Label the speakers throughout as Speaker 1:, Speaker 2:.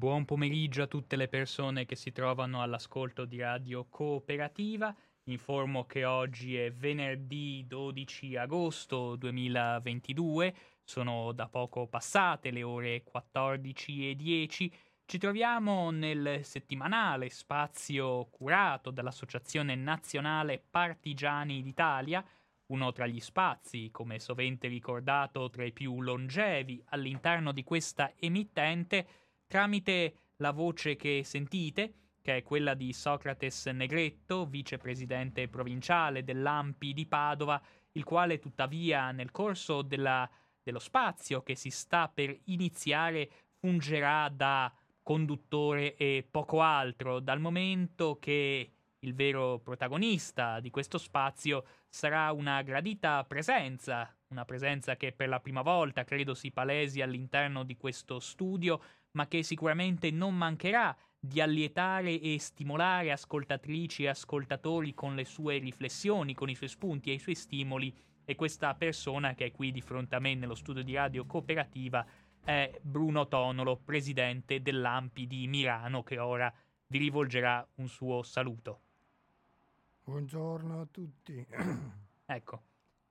Speaker 1: Buon pomeriggio a tutte le persone che si trovano all'ascolto di Radio Cooperativa. Informo che oggi è venerdì 12 agosto 2022, sono da poco passate le ore 14:10. Ci troviamo nel settimanale spazio curato dall'Associazione Nazionale Partigiani d'Italia, uno tra gli spazi, come sovente ricordato, tra i più longevi all'interno di questa emittente, tramite la voce che sentite, che è quella di Socrates Negretto, vicepresidente provinciale dell'AMPI di Padova, il quale tuttavia nel corso dello spazio che si sta per iniziare fungerà da conduttore e poco altro, dal momento che il vero protagonista di questo spazio sarà una gradita presenza, una presenza che per la prima volta credo si palesi all'interno di questo studio, ma che sicuramente non mancherà di allietare e stimolare ascoltatrici e ascoltatori con le sue riflessioni, con i suoi spunti e i suoi stimoli. E questa persona che è qui di fronte a me nello studio di Radio Cooperativa è Bruno Tonolo, presidente dell'AMPI di Milano, che ora vi rivolgerà un suo saluto.
Speaker 2: Buongiorno a tutti.
Speaker 1: Ecco,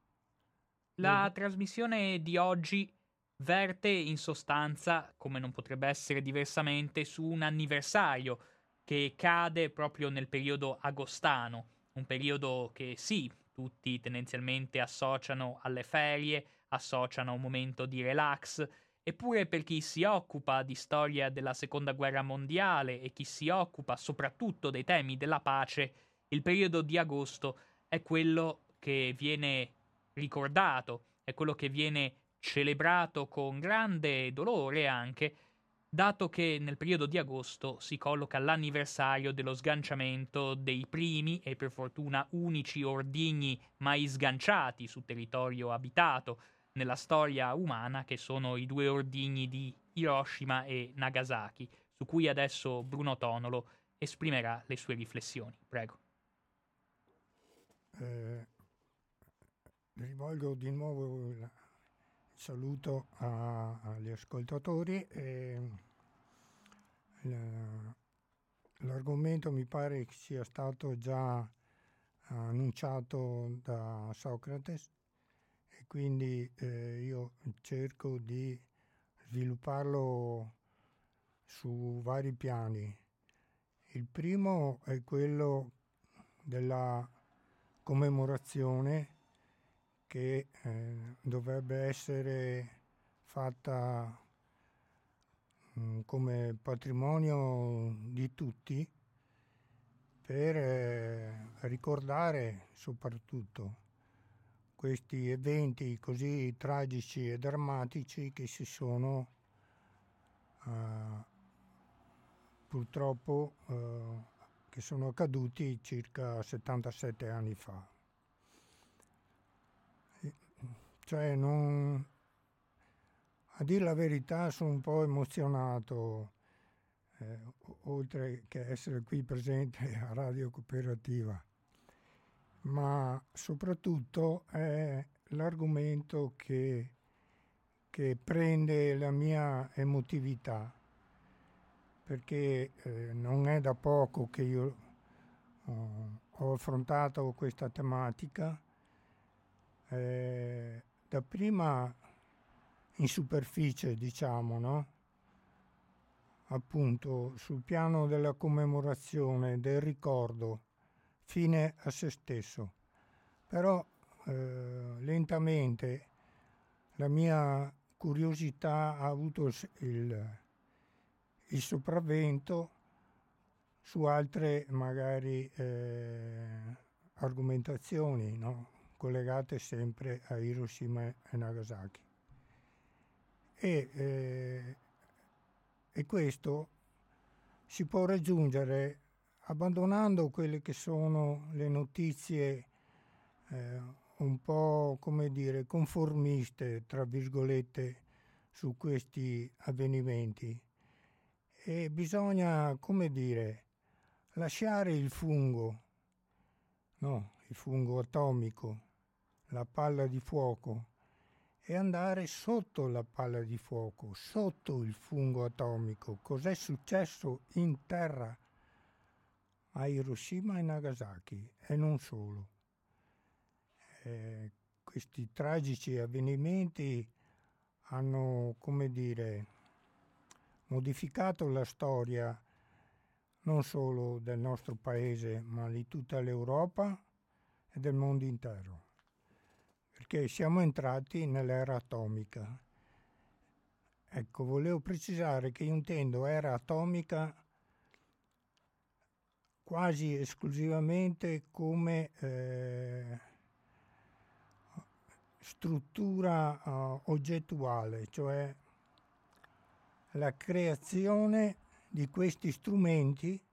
Speaker 1: la trasmissione di oggi verte in sostanza, come non potrebbe essere diversamente, su un anniversario che cade proprio nel periodo agostano, un periodo che sì, tutti tendenzialmente associano alle ferie, associano a un momento di relax, eppure per chi si occupa di storia della seconda guerra mondiale e chi si occupa soprattutto dei temi della pace, il periodo di agosto è quello che viene ricordato, è quello che viene celebrato con grande dolore anche, dato che nel periodo di agosto si colloca l'anniversario dello sganciamento dei primi e per fortuna unici ordigni mai sganciati su territorio abitato nella storia umana, che sono i due ordigni di Hiroshima e Nagasaki, su cui adesso Bruno Tonolo esprimerà le sue riflessioni. Prego.
Speaker 2: Rivolgo di nuovo il saluto agli ascoltatori. L'argomento mi pare che sia stato già annunciato da Socrate e quindi io cerco di svilupparlo su vari piani. Il primo è quello della commemorazione che dovrebbe essere fatta come patrimonio di tutti per ricordare soprattutto questi eventi così tragici e drammatici che si sono purtroppo che sono accaduti circa 77 anni fa. Cioè, a dire la verità, sono un po' emozionato, oltre che essere qui presente a Radio Cooperativa, ma soprattutto è l'argomento che prende la mia emotività, perché non è da poco che io ho affrontato questa tematica. Dapprima in superficie, diciamo, no? Appunto sul piano della commemorazione, del ricordo, fine a se stesso. Però lentamente la mia curiosità ha avuto il sopravvento su altre magari argomentazioni, no? Collegate sempre a Hiroshima e Nagasaki. E questo si può raggiungere abbandonando quelle che sono le notizie un po', come dire, conformiste, tra virgolette, su questi avvenimenti. E bisogna, come dire, lasciare il fungo, no, il fungo atomico, la palla di fuoco, e andare sotto la palla di fuoco, sotto il fungo atomico. Cos'è successo in terra a Hiroshima e Nagasaki, e non solo. Questi tragici avvenimenti hanno, come dire, modificato la storia non solo del nostro paese, ma di tutta l'Europa e del mondo intero, perché siamo entrati nell'era atomica. Ecco, volevo precisare che io intendo era atomica quasi esclusivamente come struttura oggettuale, cioè la creazione di questi strumenti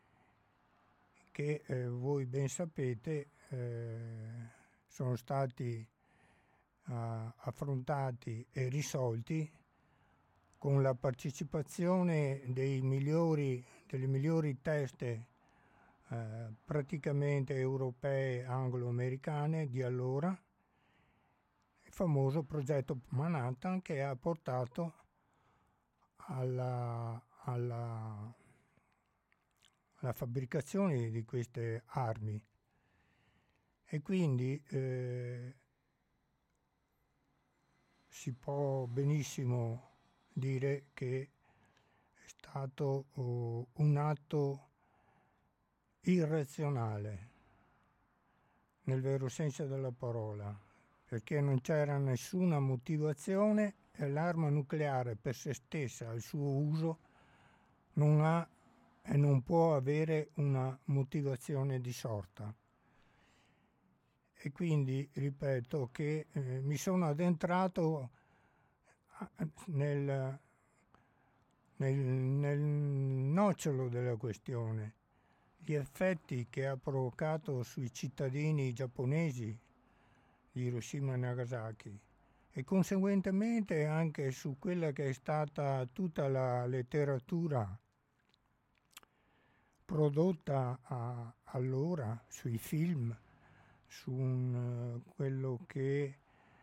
Speaker 2: che voi ben sapete sono stati affrontati e risolti con la partecipazione delle migliori teste praticamente europee, anglo-americane di allora, il famoso progetto Manhattan, che ha portato alla fabbricazione di queste armi. E quindi si può benissimo dire che è stato un atto irrazionale nel vero senso della parola, perché non c'era nessuna motivazione e l'arma nucleare per se stessa, il suo uso, non ha e non può avere una motivazione di sorta. E quindi ripeto che mi sono addentrato nel nocciolo della questione, gli effetti che ha provocato sui cittadini giapponesi di Hiroshima e Nagasaki e conseguentemente anche su quella che è stata tutta la letteratura prodotta allora, sui film, su quello che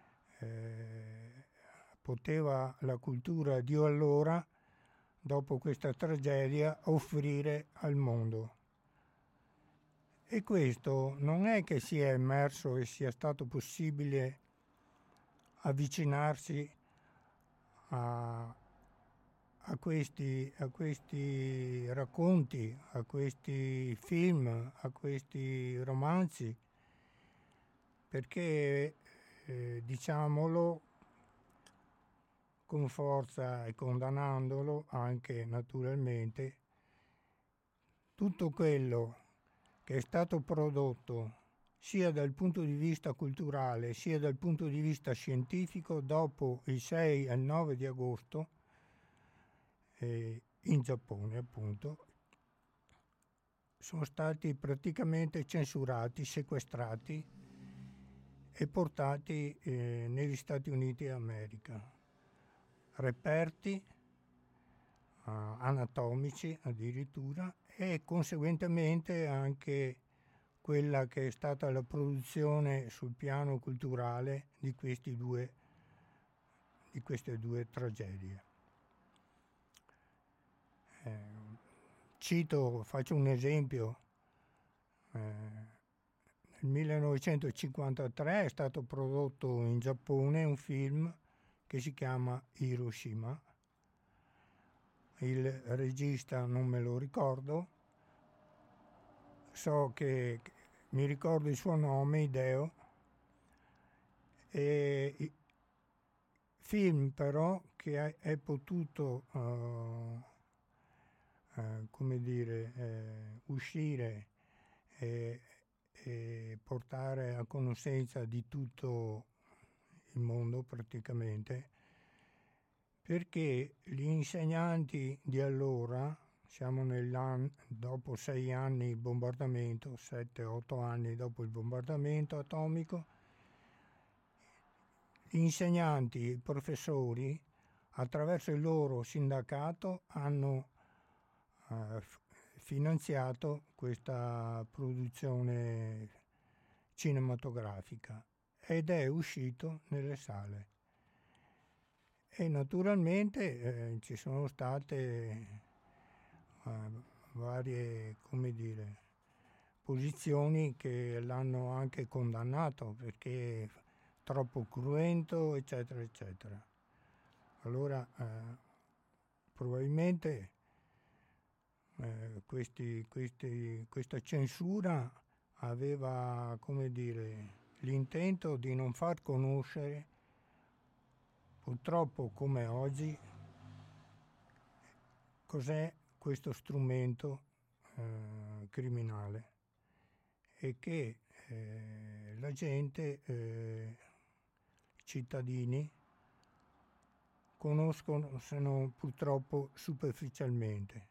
Speaker 2: poteva la cultura di allora, dopo questa tragedia, offrire al mondo. E questo non è che sia emerso e sia stato possibile avvicinarsi a questi racconti, a questi film, a questi romanzi, perché diciamolo con forza e condannandolo anche naturalmente, tutto quello che è stato prodotto sia dal punto di vista culturale sia dal punto di vista scientifico dopo il 6 e il 9 di agosto in Giappone, appunto, sono stati praticamente censurati, sequestrati e portati negli Stati Uniti d'America. Reperti anatomici addirittura, e conseguentemente anche quella che è stata la produzione sul piano culturale di queste due tragedie. Faccio un esempio. Nel 1953 è stato prodotto in Giappone un film che si chiama Hiroshima. Il regista non me lo ricordo, so che mi ricordo il suo nome, Hideo, e film però che è potuto uscire e portare a conoscenza di tutto il mondo praticamente, perché gli insegnanti di allora, siamo dopo 6 anni il bombardamento, 7-8 anni dopo il bombardamento atomico, gli insegnanti, i professori, attraverso il loro sindacato hanno finanziato questa produzione cinematografica ed è uscito nelle sale. E naturalmente ci sono state varie, come dire, posizioni che l'hanno anche condannato perché troppo cruento, eccetera, eccetera. Allora, probabilmente questa censura aveva, come dire, l'intento di non far conoscere, purtroppo come oggi, cos'è questo strumento criminale e che la gente, i cittadini, conoscono se non purtroppo superficialmente.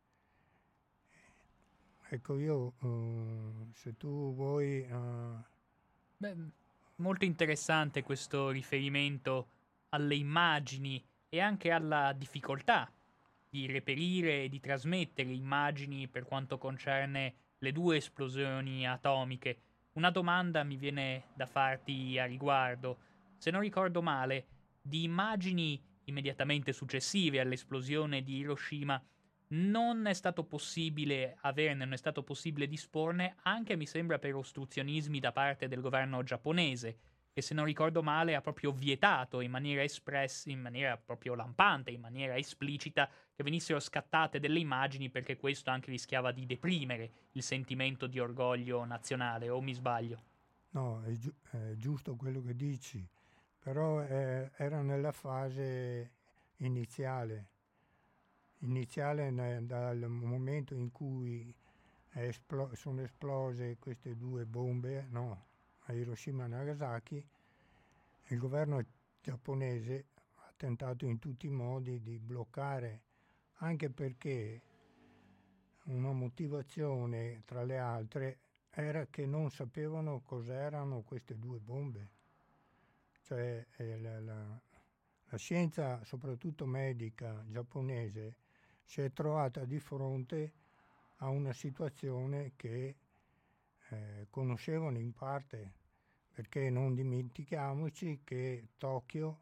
Speaker 2: Ecco, io se tu vuoi...
Speaker 1: Beh, molto interessante questo riferimento alle immagini e anche alla difficoltà di reperire e di trasmettere immagini per quanto concerne le due esplosioni atomiche. Una domanda mi viene da farti a riguardo. Se non ricordo male, di immagini immediatamente successive all'esplosione di Hiroshima non è stato possibile averne, non è stato possibile disporne, anche mi sembra per ostruzionismi da parte del governo giapponese, che se non ricordo male ha proprio vietato in maniera espressa, in maniera proprio lampante, in maniera esplicita, che venissero scattate delle immagini perché questo anche rischiava di deprimere il sentimento di orgoglio nazionale, o mi sbaglio?
Speaker 2: No, è giusto quello che dici, però era nella fase iniziale, dal momento in cui sono esplose queste due bombe, no, a Hiroshima e Nagasaki. Il governo giapponese ha tentato in tutti i modi di bloccare, anche perché una motivazione tra le altre era che non sapevano cos'erano queste due bombe. Cioè la scienza, soprattutto medica giapponese, si è trovata di fronte a una situazione che conoscevano in parte, perché non dimentichiamoci che Tokyo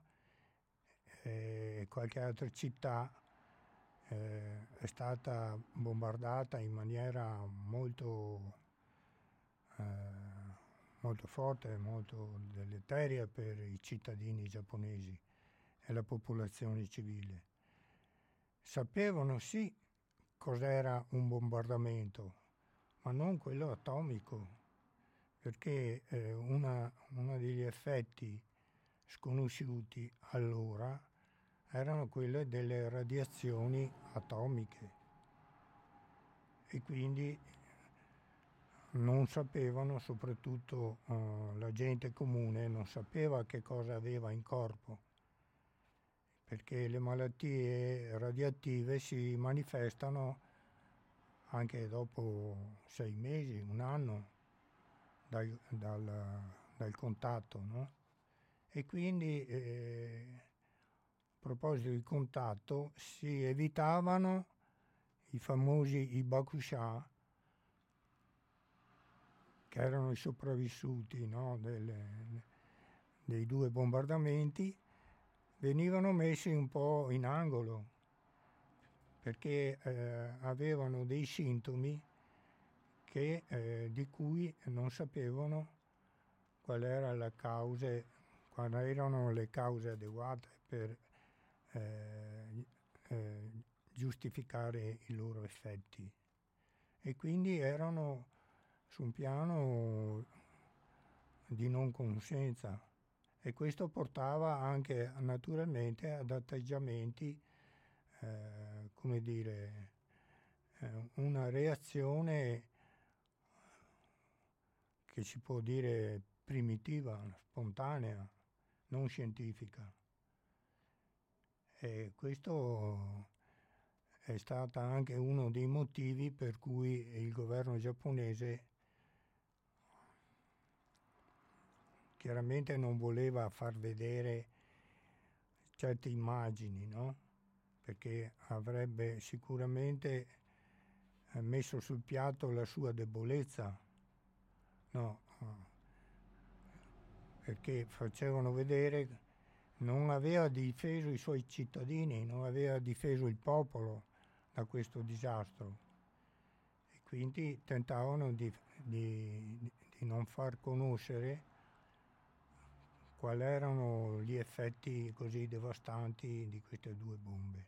Speaker 2: e qualche altra città è stata bombardata in maniera molto, molto forte, molto deleteria per i cittadini giapponesi e la popolazione civile. Sapevano sì cos'era un bombardamento, ma non quello atomico, perché uno degli effetti sconosciuti allora erano quelle delle radiazioni atomiche e quindi non sapevano, soprattutto la gente comune non sapeva che cosa aveva in corpo, perché le malattie radioattive si manifestano anche dopo 6 mesi, un anno dal contatto, no? E quindi a proposito di contatto si evitavano i famosi Hibakusha, che erano i sopravvissuti, no, dei due bombardamenti, venivano messi un po' in angolo perché avevano dei sintomi di cui non sapevano quali erano le cause adeguate per giustificare i loro effetti. E quindi erano su un piano di non conoscenza e questo portava anche naturalmente ad atteggiamenti, come dire, una reazione che si può dire primitiva, spontanea, non scientifica. E questo è stato anche uno dei motivi per cui il governo giapponese chiaramente non voleva far vedere certe immagini, no? Perché avrebbe sicuramente messo sul piatto la sua debolezza, no? Perché facevano vedere non aveva difeso i suoi cittadini, non aveva difeso il popolo da questo disastro, e quindi tentavano di non far conoscere quali erano gli effetti così devastanti di queste due bombe.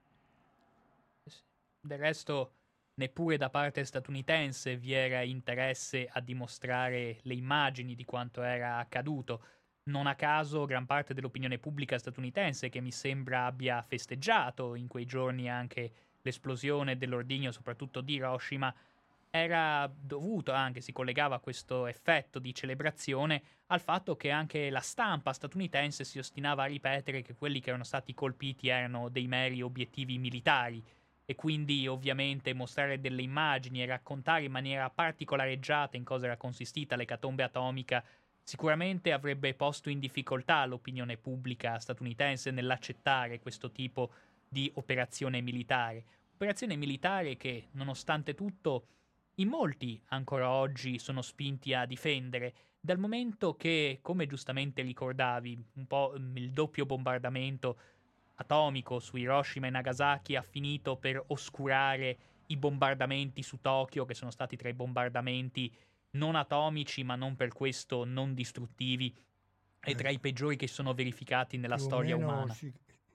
Speaker 1: Del resto, neppure da parte statunitense vi era interesse a dimostrare le immagini di quanto era accaduto. Non a caso gran parte dell'opinione pubblica statunitense, che mi sembra abbia festeggiato in quei giorni anche l'esplosione dell'ordigno, soprattutto di Hiroshima, era dovuto anche, si collegava a questo effetto di celebrazione al fatto che anche la stampa statunitense si ostinava a ripetere che quelli che erano stati colpiti erano dei meri obiettivi militari, e quindi ovviamente mostrare delle immagini e raccontare in maniera particolareggiata in cosa era consistita l'ecatombe atomica sicuramente avrebbe posto in difficoltà l'opinione pubblica statunitense nell'accettare questo tipo di operazione militare. Operazione militare che, nonostante tutto, in molti ancora oggi sono spinti a difendere, dal momento che, come giustamente ricordavi, un po' il doppio bombardamento atomico su Hiroshima e Nagasaki ha finito per oscurare i bombardamenti su Tokyo, che sono stati tra i bombardamenti non atomici, ma non per questo non distruttivi, e tra i peggiori che sono verificati nella
Speaker 2: Più o
Speaker 1: storia
Speaker 2: meno
Speaker 1: umana.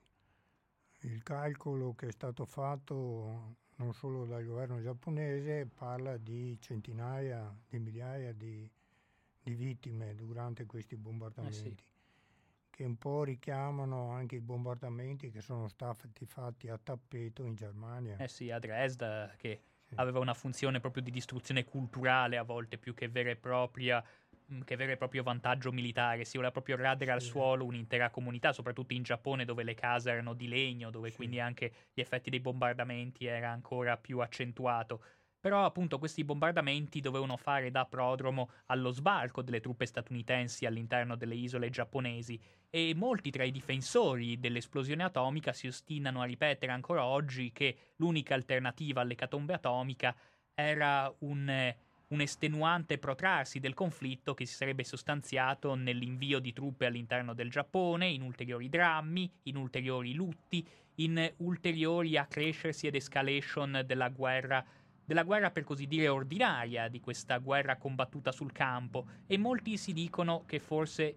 Speaker 2: il calcolo che è stato fatto non solo dal governo giapponese parla di centinaia di migliaia di vittime durante questi
Speaker 1: Sì.
Speaker 2: bombardamenti, che un po' richiamano anche i bombardamenti che sono stati fatti a tappeto in Germania.
Speaker 1: Sì, a Dresda, che
Speaker 2: Sì,
Speaker 1: aveva una funzione proprio di distruzione culturale a volte più che vera e propria, che vero e proprio vantaggio militare. Si voleva proprio radere al
Speaker 2: sì,
Speaker 1: suolo un'intera comunità, soprattutto in Giappone, dove le case erano di legno, dove
Speaker 2: sì.
Speaker 1: quindi anche gli effetti dei bombardamenti era ancora più accentuato. Però appunto questi bombardamenti dovevano fare da prodromo allo sbarco delle truppe statunitensi all'interno delle isole giapponesi, e molti tra i difensori dell'esplosione atomica si ostinano a ripetere ancora oggi che l'unica alternativa all'ecatombe atomica era un estenuante protrarsi del conflitto che si sarebbe sostanziato nell'invio di truppe all'interno del Giappone, in ulteriori drammi, in ulteriori lutti, in ulteriori accrescersi ed escalation della guerra per così dire ordinaria, di questa guerra combattuta sul campo, e molti si dicono che forse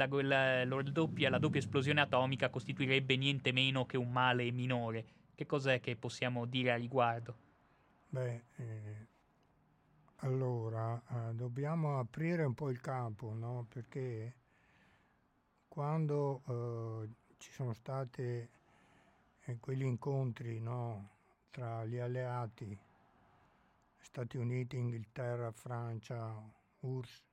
Speaker 1: la doppia esplosione atomica costituirebbe niente meno che un male minore. Che cos'è che possiamo dire a riguardo?
Speaker 2: Beh, allora dobbiamo aprire un po' il campo, no? Perché quando ci sono stati quegli incontri, no, tra gli alleati, Stati Uniti, Inghilterra, Francia, URSS,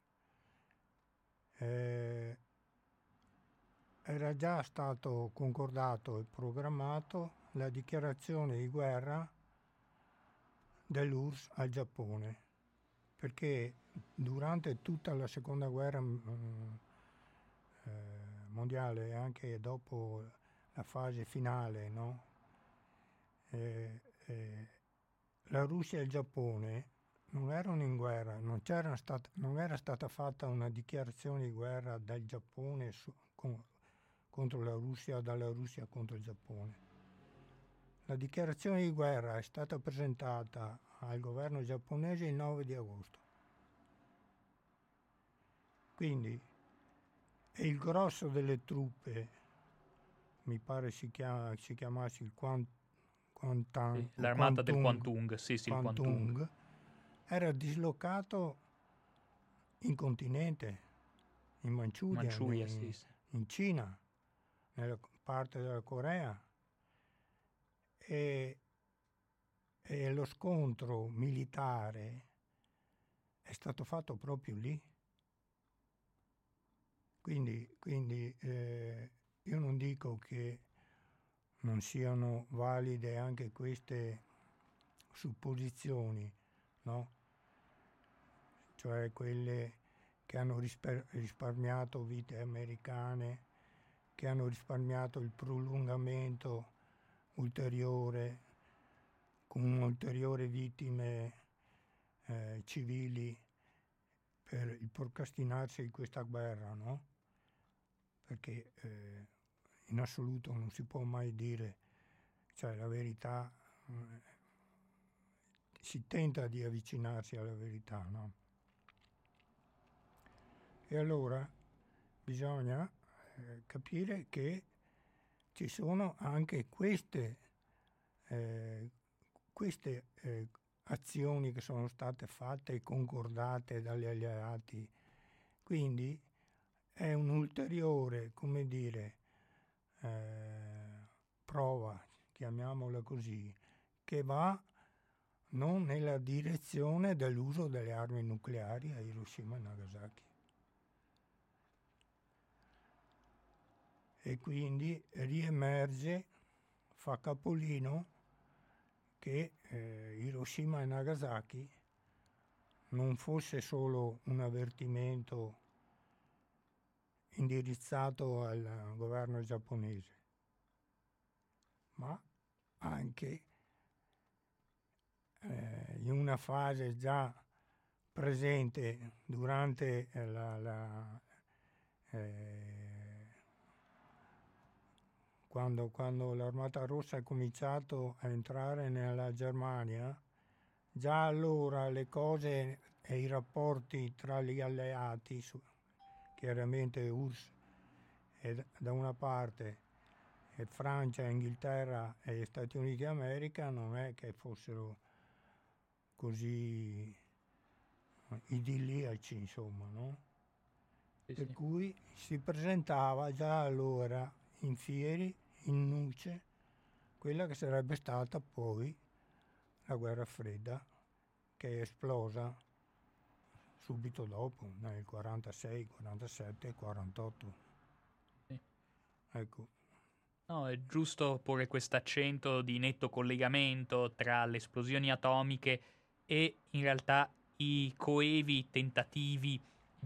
Speaker 2: eh, era già stato concordato e programmato la dichiarazione di guerra dell'URSS al Giappone, perché durante tutta la seconda guerra mondiale e anche dopo la fase finale, no? Eh, eh, la Russia e il Giappone non erano in guerra, non era stata fatta una dichiarazione di guerra dal Giappone contro la Russia, dalla Russia contro il Giappone. La dichiarazione di guerra è stata presentata al governo giapponese il 9 di agosto. Quindi il grosso delle truppe, mi pare si chiamasse il
Speaker 1: Sì,
Speaker 2: o
Speaker 1: l'armata del Kwantung, sì, sì, il Kwantung.
Speaker 2: Kwantung, era dislocato in continente, in Manciuria,
Speaker 1: Manciuria, sì, sì.
Speaker 2: in Cina, nella parte della Corea, e, e lo scontro militare è stato fatto proprio lì. Quindi io non dico che non siano valide anche queste supposizioni, no? Cioè quelle che hanno risparmiato vite americane, che hanno risparmiato il prolungamento ulteriore con ulteriori vittime civili per il procrastinarsi di questa guerra, no? Perché in assoluto non si può mai dire, cioè la verità, si tenta di avvicinarsi alla verità, no? E allora bisogna capire che ci sono anche queste azioni che sono state fatte e concordate dagli alleati. Quindi è un'ulteriore, come dire, prova, chiamiamola così, che va non nella direzione dell'uso delle armi nucleari a Hiroshima e Nagasaki. E quindi riemerge, fa capolino, che Hiroshima e Nagasaki non fosse solo un avvertimento indirizzato al governo giapponese, ma anche in una fase già presente durante quando l'Armata Rossa ha cominciato a entrare nella Germania, già allora le cose e i rapporti tra gli alleati, chiaramente URSS da una parte e Francia, Inghilterra e Stati Uniti d'America, non è che fossero così idilliaci, insomma, no?
Speaker 1: Sì,
Speaker 2: Per
Speaker 1: sì.
Speaker 2: cui si presentava già allora in fieri, in nuce, quella che sarebbe stata poi la guerra fredda, che è esplosa subito dopo, nel 46, 47, 48.
Speaker 1: Sì.
Speaker 2: Ecco.
Speaker 1: No, è giusto porre questo accento di netto collegamento tra le esplosioni atomiche e in realtà i coevi tentativi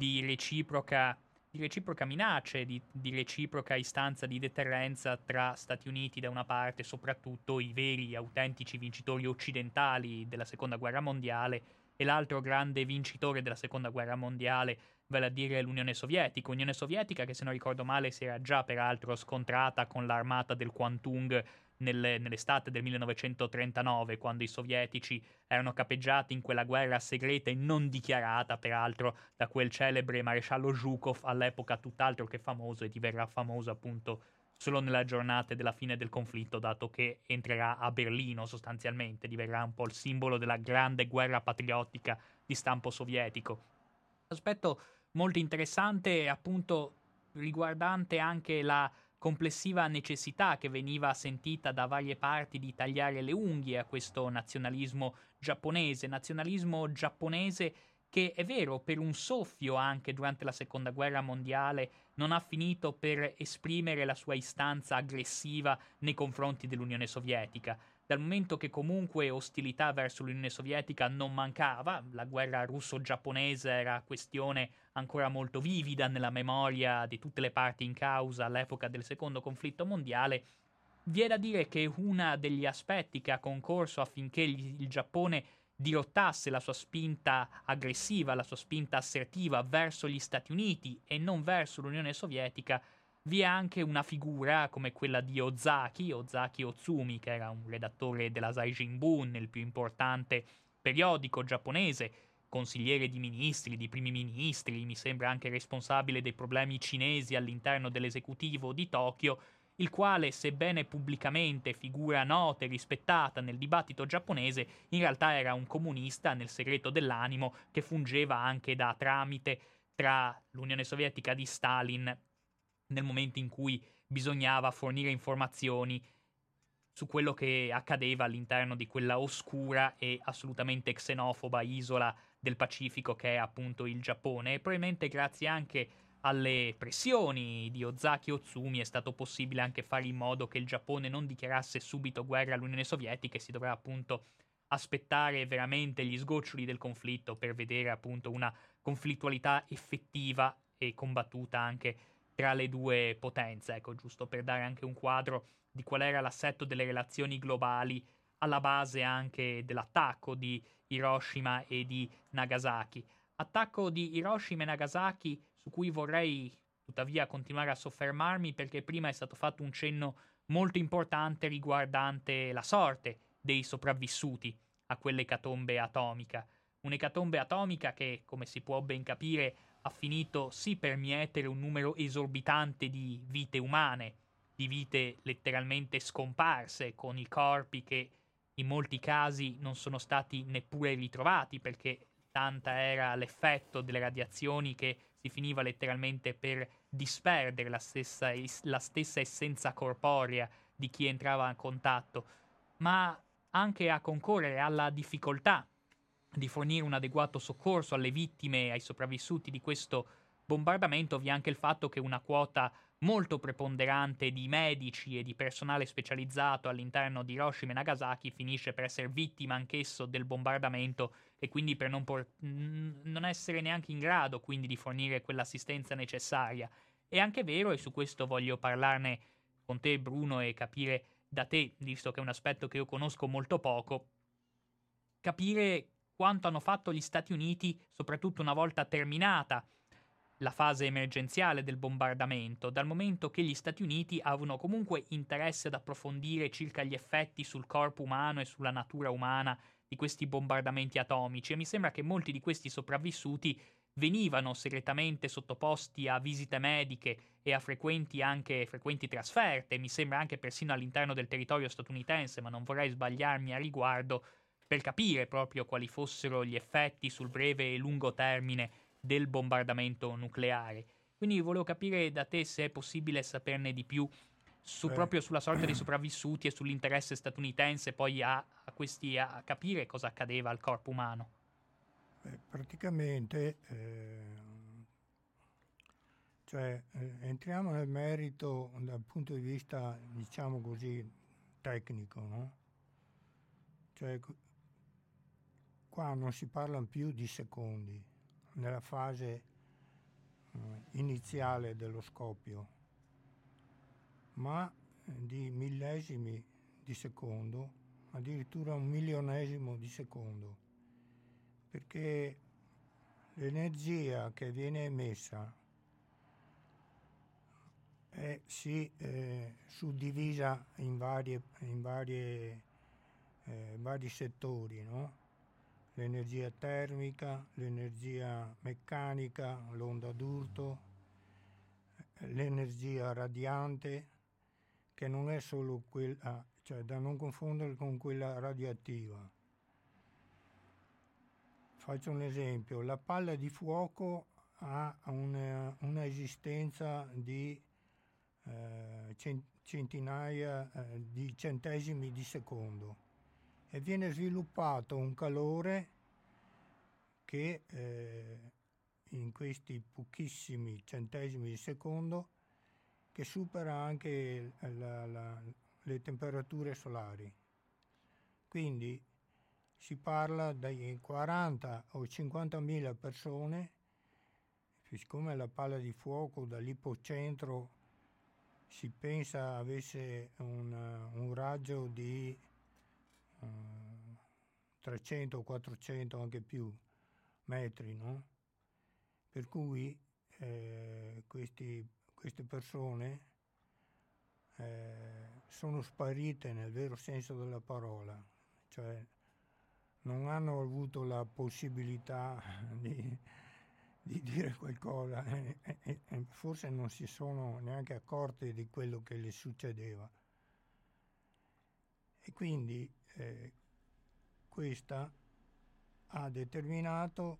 Speaker 1: di reciproca minaccia, di reciproca istanza di deterrenza tra Stati Uniti da una parte, soprattutto i veri, autentici vincitori occidentali della Seconda Guerra Mondiale, e l'altro grande vincitore della Seconda Guerra Mondiale, vale a dire l'Unione Sovietica. Unione Sovietica che, se non ricordo male, si era già peraltro scontrata con l'armata del Kwantung nell'estate del 1939, quando i sovietici erano capeggiati in quella guerra segreta e non dichiarata, peraltro, da quel celebre maresciallo Zhukov, all'epoca tutt'altro che famoso, e diverrà famoso appunto solo nella giornata della fine del conflitto, dato che entrerà a Berlino sostanzialmente, diverrà un po' il simbolo della grande guerra patriottica di stampo sovietico. Aspetto molto interessante, appunto, riguardante anche la complessiva necessità che veniva sentita da varie parti di tagliare le unghie a questo nazionalismo giapponese che è vero, per un soffio anche durante la seconda guerra mondiale non ha finito per esprimere la sua istanza aggressiva nei confronti dell'Unione Sovietica. Dal momento che comunque ostilità verso l'Unione Sovietica non mancava, la guerra russo-giapponese era questione ancora molto vivida nella memoria di tutte le parti in causa all'epoca del secondo conflitto mondiale, vi è da dire che uno degli aspetti che ha concorso affinché il Giappone dirottasse la sua spinta aggressiva, la sua spinta assertiva verso gli Stati Uniti e non verso l'Unione Sovietica, vi è anche una figura come quella di Ozaki Otsumi, che era un redattore dell'Asahi Shimbun, il più importante periodico giapponese, consigliere di ministri, di primi ministri, mi sembra anche responsabile dei problemi cinesi all'interno dell'esecutivo di Tokyo, il quale, sebbene pubblicamente figura nota e rispettata nel dibattito giapponese, in realtà era un comunista nel segreto dell'animo che fungeva anche da tramite tra l'Unione Sovietica di Stalin nel momento in cui bisognava fornire informazioni su quello che accadeva all'interno di quella oscura e assolutamente xenofoba isola del Pacifico che è appunto il Giappone, e probabilmente grazie anche alle pressioni di Ozaki Otsumi è stato possibile anche fare in modo che il Giappone non dichiarasse subito guerra all'Unione Sovietica, e si dovrà appunto aspettare veramente gli sgoccioli del conflitto per vedere appunto una conflittualità effettiva e combattuta anche tra le due potenze. Ecco, giusto per dare anche un quadro di qual era l'assetto delle relazioni globali alla base anche dell'attacco di Hiroshima e di Nagasaki. Attacco di Hiroshima e Nagasaki su cui vorrei tuttavia continuare a soffermarmi perché prima è stato fatto un cenno molto importante riguardante la sorte dei sopravvissuti a quell'ecatombe atomica. Un'ecatombe atomica che, come si può ben capire, ha finito sì per mietere un numero esorbitante di vite umane, di vite letteralmente scomparse, con i corpi che in molti casi non sono stati neppure ritrovati perché tanta era l'effetto delle radiazioni che si finiva letteralmente per disperdere la stessa essenza corporea di chi entrava in contatto, ma anche a concorrere alla difficoltà di fornire un adeguato soccorso alle vittime e ai sopravvissuti di questo bombardamento, vi è anche il fatto che una quota molto preponderante di medici e di personale specializzato all'interno di Hiroshima e Nagasaki finisce per essere vittima anch'esso del bombardamento e quindi per non essere neanche in grado quindi di fornire quell'assistenza necessaria. È anche vero, e su questo voglio parlarne con te Bruno e capire da te, visto che è un aspetto che io conosco molto poco, capire quanto hanno fatto gli Stati Uniti, soprattutto una volta terminata la fase emergenziale del bombardamento, dal momento che gli Stati Uniti avevano comunque interesse ad approfondire circa gli effetti sul corpo umano e sulla natura umana di questi bombardamenti atomici e mi sembra che molti di questi sopravvissuti venivano segretamente sottoposti a visite mediche e a frequenti trasferte, mi sembra anche persino all'interno del territorio statunitense, ma non vorrei sbagliarmi a riguardo, per capire proprio quali fossero gli effetti sul breve e lungo termine del bombardamento nucleare. Quindi volevo capire da te se è possibile saperne di più
Speaker 2: Beh,
Speaker 1: proprio sulla sorte dei sopravvissuti e sull'interesse statunitense poi a capire cosa accadeva al corpo umano.
Speaker 2: praticamente, entriamo nel merito dal punto di vista, diciamo così, tecnico, no? Cioè, qua non si parla più di secondi, nella fase iniziale dello scoppio, ma di millesimi di secondo, addirittura un milionesimo di secondo, perché l'energia che viene emessa è suddivisa in vari settori, no? L'energia termica, l'energia meccanica, l'onda d'urto, l'energia radiante, che non è solo quella, cioè da non confondere con quella radioattiva. Faccio un esempio, la palla di fuoco ha una esistenza di centinaia di centesimi di secondo e viene sviluppato un calore che in questi pochissimi centesimi di secondo che supera anche le temperature solari. Quindi si parla di 40 o 50 mila persone, siccome la palla di fuoco dall'ipocentro si pensa avesse un raggio di 300 o 400 anche più metri, no? Per cui queste persone sono sparite nel vero senso della parola, cioè non hanno avuto la possibilità di dire qualcosa e forse non si sono neanche accorti di quello che le succedeva. E quindi questa ha determinato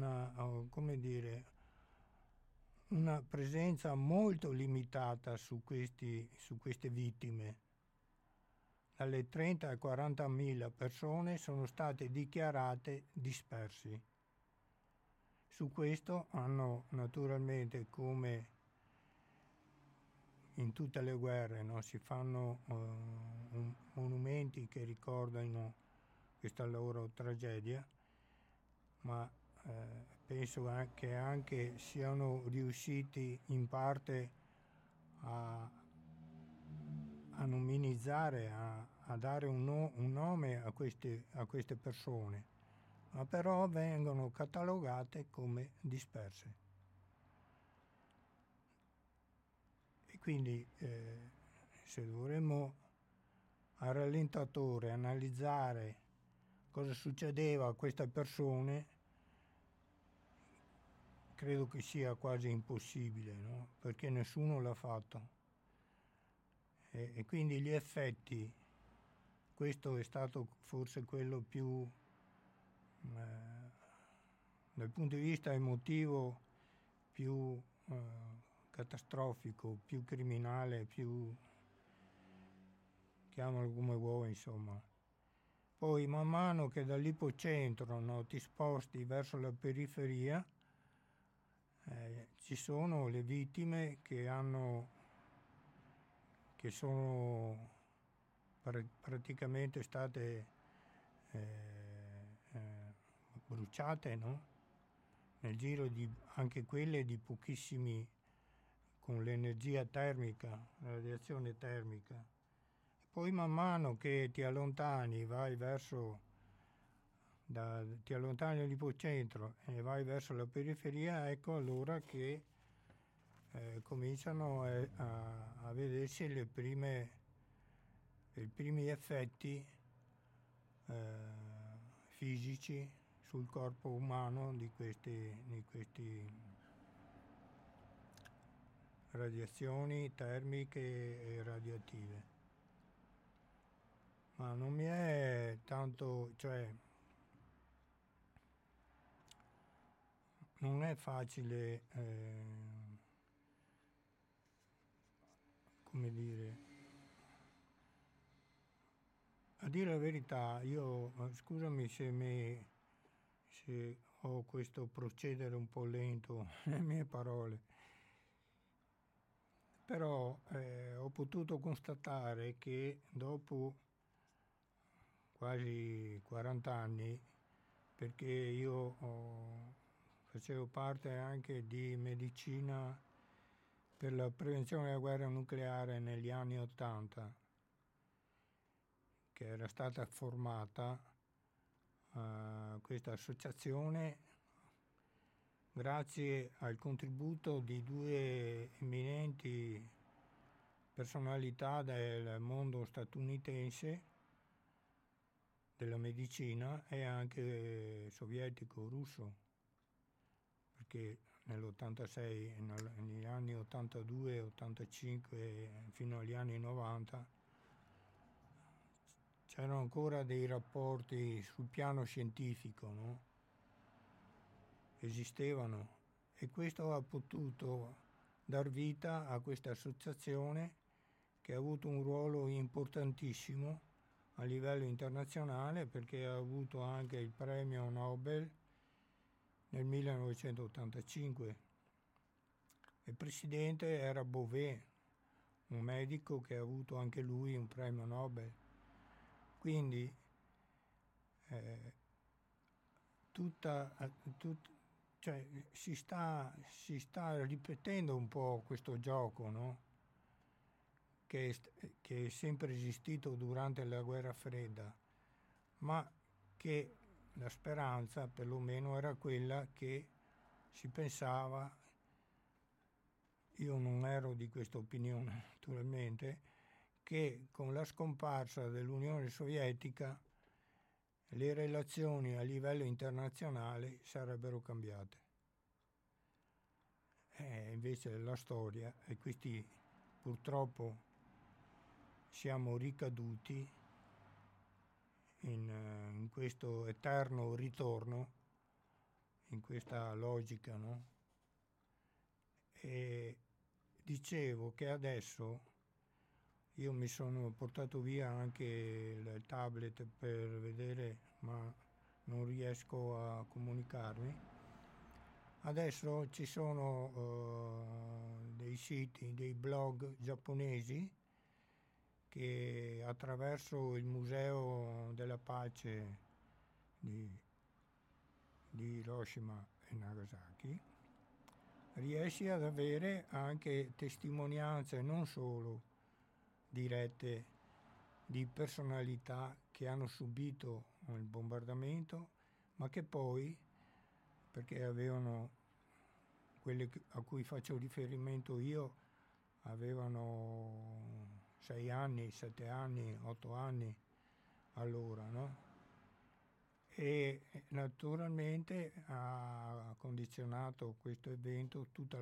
Speaker 2: una presenza molto limitata su queste vittime. Dalle 30 a 40 mila persone sono state dichiarate dispersi. Su questo hanno naturalmente, come in tutte le guerre, no? Si fanno monumenti che ricordano questa loro tragedia, ma penso che anche siano riusciti in parte a nominizzare, a dare un nome a queste persone, ma però vengono catalogate come disperse. quindi se dovremmo a rallentatore analizzare cosa succedeva a queste persone, credo che sia quasi impossibile, no? Perché nessuno l'ha fatto. E quindi gli effetti, questo è stato forse quello più, dal punto di vista emotivo, più catastrofico, più criminale, più, chiamalo come vuoi, insomma. Poi man mano che dall'ipocentro, no, ti sposti verso la periferia, ci sono le vittime che sono praticamente state bruciate, no? Nel giro di anche quelle di pochissimi, con l'energia termica, la radiazione termica. Poi man mano che ti allontani, ti allontani dall'ipocentro e vai verso la periferia, ecco allora che cominciano a vedersi i primi effetti fisici sul corpo umano di queste radiazioni termiche e radioattive. Ma non mi è tanto, cioè non è facile, come dire, a dire la verità, io, scusami se ho questo procedere un po' lento nelle mie parole, però ho potuto constatare che dopo quasi 40 anni, perché io facevo parte anche di medicina per la prevenzione della guerra nucleare negli anni '80, che era stata formata questa associazione grazie al contributo di due eminenti personalità del mondo statunitense della medicina e anche sovietico, russo, perché nell'86, negli anni 82, 85 fino agli anni 90 c'erano ancora dei rapporti sul piano scientifico, no? Esistevano, e questo ha potuto dar vita a questa associazione che ha avuto un ruolo importantissimo a livello internazionale, perché ha avuto anche il premio Nobel nel 1985. Il presidente era Bové, un medico che ha avuto anche lui un premio Nobel. Quindi cioè, si sta ripetendo un po' questo gioco, no? Che è sempre esistito durante la guerra fredda, ma che la speranza perlomeno era quella che si pensava, io non ero di questa opinione naturalmente, che con la scomparsa dell'Unione Sovietica le relazioni a livello internazionale sarebbero cambiate. Invece la storia, e questi purtroppo siamo ricaduti in questo eterno ritorno, in questa logica, no? E dicevo che adesso io mi sono portato via anche il tablet per vedere, ma non riesco a comunicarmi. Adesso ci sono dei siti, dei blog giapponesi che attraverso il Museo della Pace di Hiroshima e Nagasaki riesci ad avere anche testimonianze non solo dirette di personalità che hanno subito il bombardamento, ma che poi, perché avevano, quelle a cui faccio riferimento io, avevano 6 anni, 7 anni, 8 anni allora, no? E naturalmente ha condizionato questo evento tutta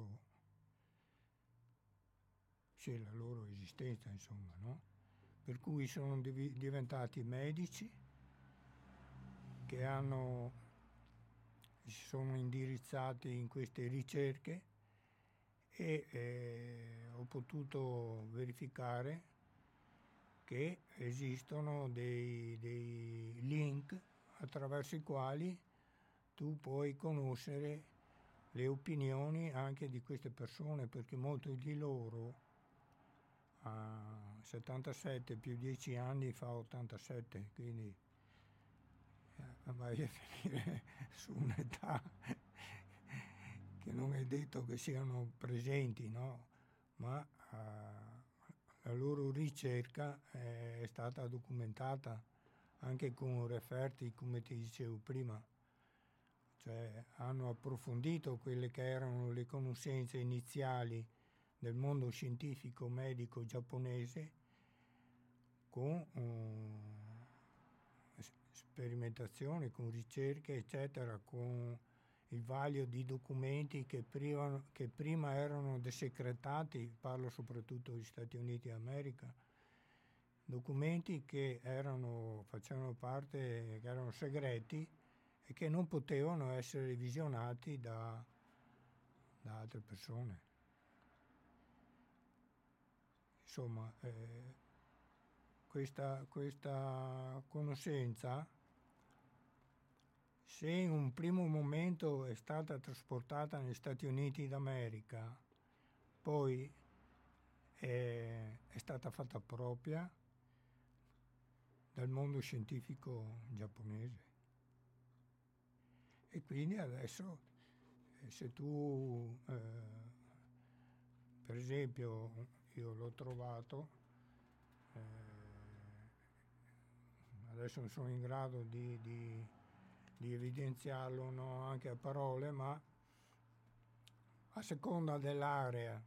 Speaker 2: la loro esistenza, insomma, no? Per cui sono diventati medici che si sono indirizzati in queste ricerche e ho potuto verificare che esistono dei link attraverso i quali tu puoi conoscere le opinioni anche di queste persone, perché molti di loro a 77 più 10 anni fa 87, quindi vai a finire su un'età che non è detto che siano presenti, no? Ma la loro ricerca è stata documentata anche con referti, come ti dicevo prima, cioè hanno approfondito quelle che erano le conoscenze iniziali del mondo scientifico medico giapponese con sperimentazioni, con ricerche, eccetera, con il vaglio di documenti che prima erano desecretati, parlo soprattutto degli Stati Uniti d'America, documenti che facevano parte, che erano segreti e che non potevano essere visionati da altre persone. Insomma, questa conoscenza, se in un primo momento è stata trasportata negli Stati Uniti d'America, poi è stata fatta propria dal mondo scientifico giapponese. E quindi adesso, se tu, per esempio, io l'ho trovato, adesso non sono in grado di evidenziarlo, no, anche a parole, ma a seconda dell'area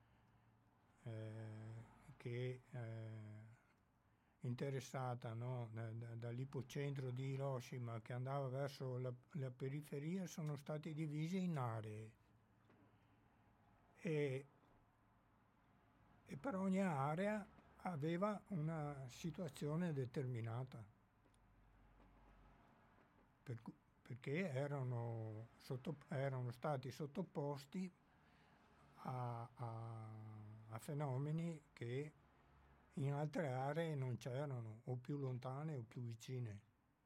Speaker 2: che interessata, no, dall'ipocentro di Hiroshima che andava verso la periferia, sono stati divisi in aree e per ogni area aveva una situazione determinata, perché erano stati sottoposti a fenomeni che in altre aree non c'erano, o più lontane o più vicine.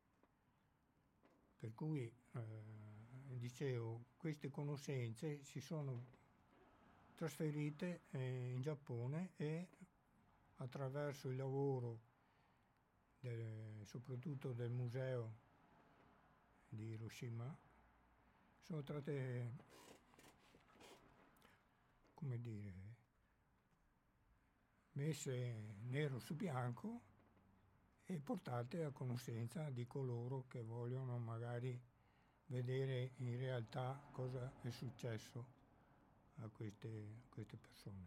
Speaker 2: Per cui, dicevo, queste conoscenze si sono trasferite in Giappone e attraverso il lavoro soprattutto del museo di Hiroshima sono state, come dire, messe nero su bianco e portate a conoscenza di coloro che vogliono magari vedere in realtà cosa è successo a queste persone.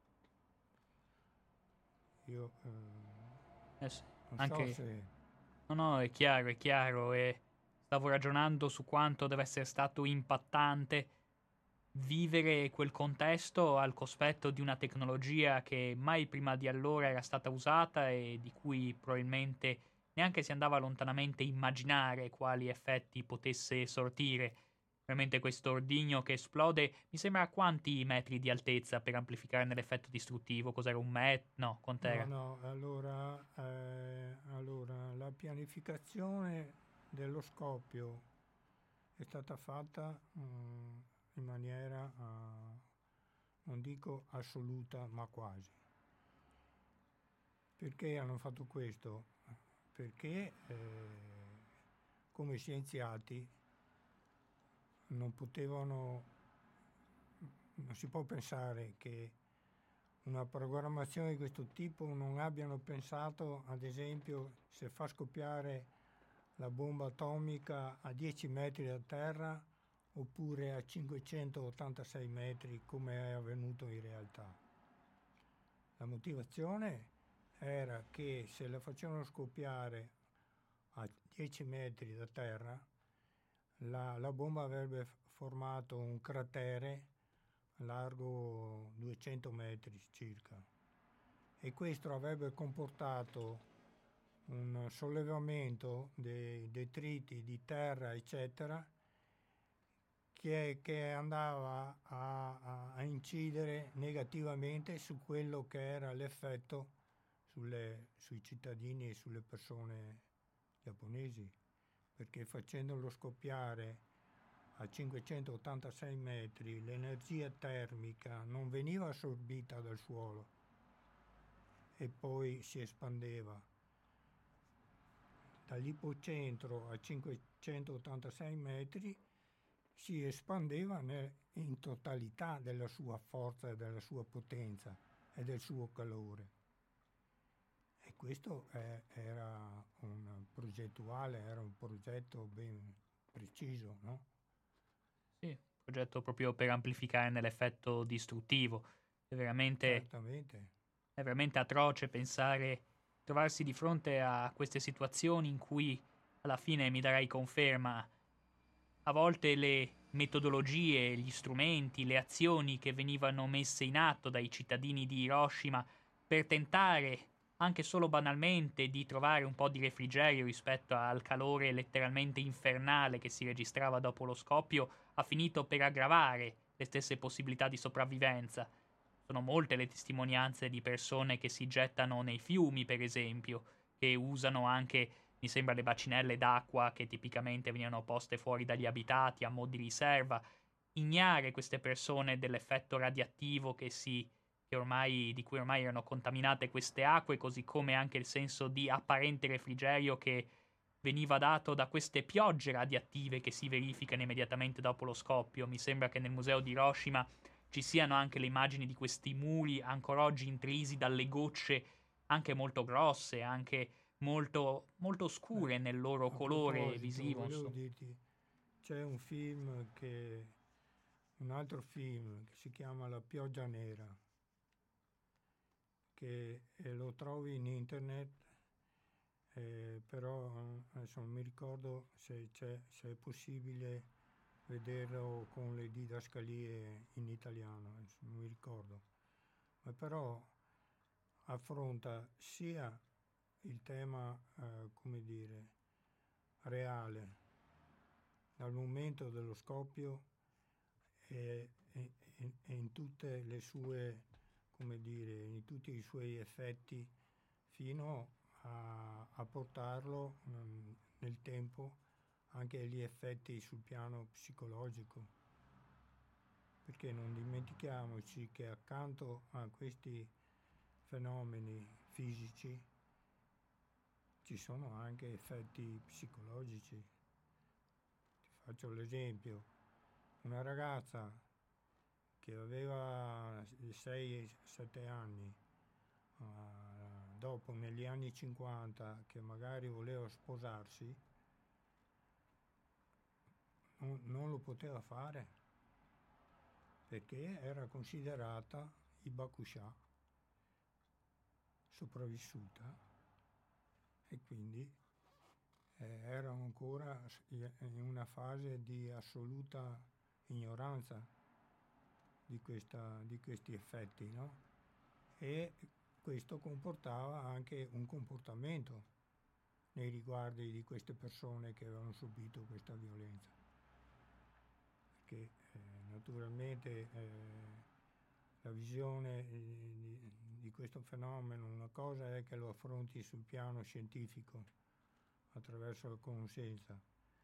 Speaker 2: Io
Speaker 1: Sì.
Speaker 2: non so
Speaker 1: Anche...
Speaker 2: se...
Speaker 1: No, è chiaro, e stavo ragionando su quanto deve essere stato impattante vivere quel contesto al cospetto di una tecnologia che mai prima di allora era stata usata e di cui probabilmente neanche si andava lontanamente a immaginare quali effetti potesse sortire. Veramente questo ordigno che esplode, mi sembra a quanti metri di altezza per amplificare l'effetto distruttivo? Cos'era, un metro? No, quant'era?
Speaker 2: No, allora la pianificazione dello scoppio è stata fatta in maniera, non dico assoluta, ma quasi. Perché hanno fatto questo? Perché come scienziati non si può pensare che una programmazione di questo tipo non abbiano pensato, ad esempio, se fa scoppiare la bomba atomica a 10 metri da terra oppure a 586 metri, come è avvenuto in realtà. La motivazione era che se la facevano scoppiare a 10 metri da terra, la bomba avrebbe formato un cratere largo 200 metri circa, e questo avrebbe comportato un sollevamento dei detriti di terra, eccetera, che andava a incidere negativamente su quello che era l'effetto sui cittadini e sulle persone giapponesi, perché facendolo scoppiare a 586 metri l'energia termica non veniva assorbita dal suolo e poi si espandeva. Dall'ipocentro a 586 metri si espandeva in totalità della sua forza, della sua potenza e del suo calore. E questo era un progettuale, era un progetto ben preciso, no?
Speaker 1: Sì, progetto proprio per amplificare nell'effetto distruttivo.
Speaker 2: Certamente.
Speaker 1: È veramente atroce pensare, trovarsi di fronte a queste situazioni in cui alla fine mi darai conferma. A volte le metodologie, gli strumenti, le azioni che venivano messe in atto dai cittadini di Hiroshima per tentare, anche solo banalmente, di trovare un po' di refrigerio rispetto al calore letteralmente infernale che si registrava dopo lo scoppio, ha finito per aggravare le stesse possibilità di sopravvivenza. Sono molte le testimonianze di persone che si gettano nei fiumi, per esempio, che usano anche, mi sembra, le bacinelle d'acqua che tipicamente venivano poste fuori dagli abitati a mo' di riserva. Ignare queste persone dell'effetto radioattivo di cui ormai erano contaminate queste acque, così come anche il senso di apparente refrigerio che veniva dato da queste piogge radioattive che si verificano immediatamente dopo lo scoppio. Mi sembra che nel museo di Hiroshima ci siano anche le immagini di questi muri ancora oggi intrisi dalle gocce anche molto grosse, anche molto, molto scure nel loro
Speaker 2: A
Speaker 1: colore
Speaker 2: proposito,
Speaker 1: visivo.
Speaker 2: volevo dirti, c'è un altro film che si chiama La pioggia nera, che lo trovi in internet, però adesso non mi ricordo se è possibile vederlo con le didascalie in italiano, adesso non mi ricordo, ma però affronta sia il tema, come dire, reale, dal momento dello scoppio e in tutte le sue, come dire, in tutti i suoi effetti, fino a portarlo nel tempo anche agli effetti sul piano psicologico, perché non dimentichiamoci che accanto a questi fenomeni fisici ci sono anche effetti psicologici. Ti faccio l'esempio: una ragazza che aveva 6-7 anni, dopo negli anni 50, che magari voleva sposarsi, non lo poteva fare perché era considerata Hibakusha, sopravvissuta, e quindi era ancora in una fase di assoluta ignoranza di questi effetti, no? E questo comportava anche un comportamento nei riguardi di queste persone che avevano subito questa violenza, perché naturalmente la visione di questo fenomeno, una cosa è che lo affronti sul piano scientifico attraverso la conoscenza,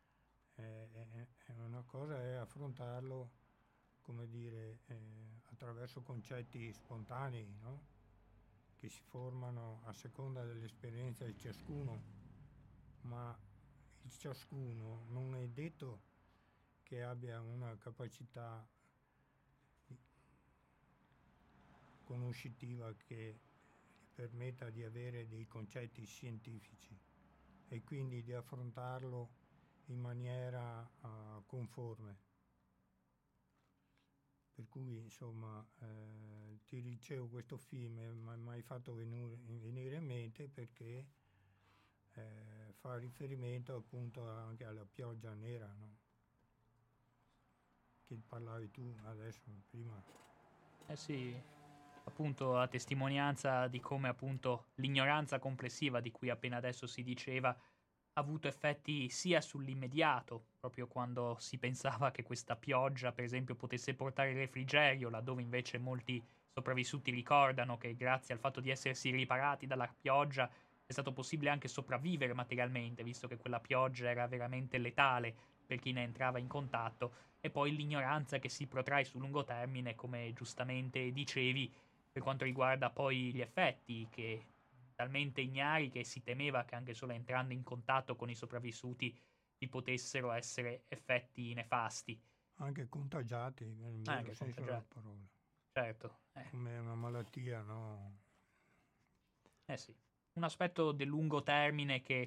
Speaker 2: una cosa è affrontarlo, come dire, attraverso concetti spontanei, no? Che si formano a seconda dell'esperienza di ciascuno, ma il ciascuno non è detto che abbia una capacità conoscitiva che gli permetta di avere dei concetti scientifici e quindi di affrontarlo in maniera conforme. per cui insomma ti dicevo questo film mi ha mai fatto venire in mente perché fa riferimento appunto anche alla pioggia nera, no? Che parlavi tu adesso prima.
Speaker 1: Eh sì, appunto a testimonianza di come appunto l'ignoranza complessiva di cui appena adesso si diceva ha avuto effetti sia sull'immediato, proprio quando si pensava che questa pioggia, per esempio, potesse portare il refrigerio, laddove invece molti sopravvissuti ricordano che grazie al fatto di essersi riparati dalla pioggia è stato possibile anche sopravvivere materialmente, visto che quella pioggia era veramente letale per chi ne entrava in contatto, e poi l'ignoranza che si protrae sul lungo termine, come giustamente dicevi, per quanto riguarda poi gli effetti, che talmente ignari che si temeva che anche solo entrando in contatto con i sopravvissuti vi potessero essere effetti nefasti.
Speaker 2: Anche contagiati, nel vero
Speaker 1: Anche
Speaker 2: senso della
Speaker 1: contagiati,
Speaker 2: parola,
Speaker 1: certo.
Speaker 2: come una malattia, no?
Speaker 1: Eh sì, un aspetto del lungo termine che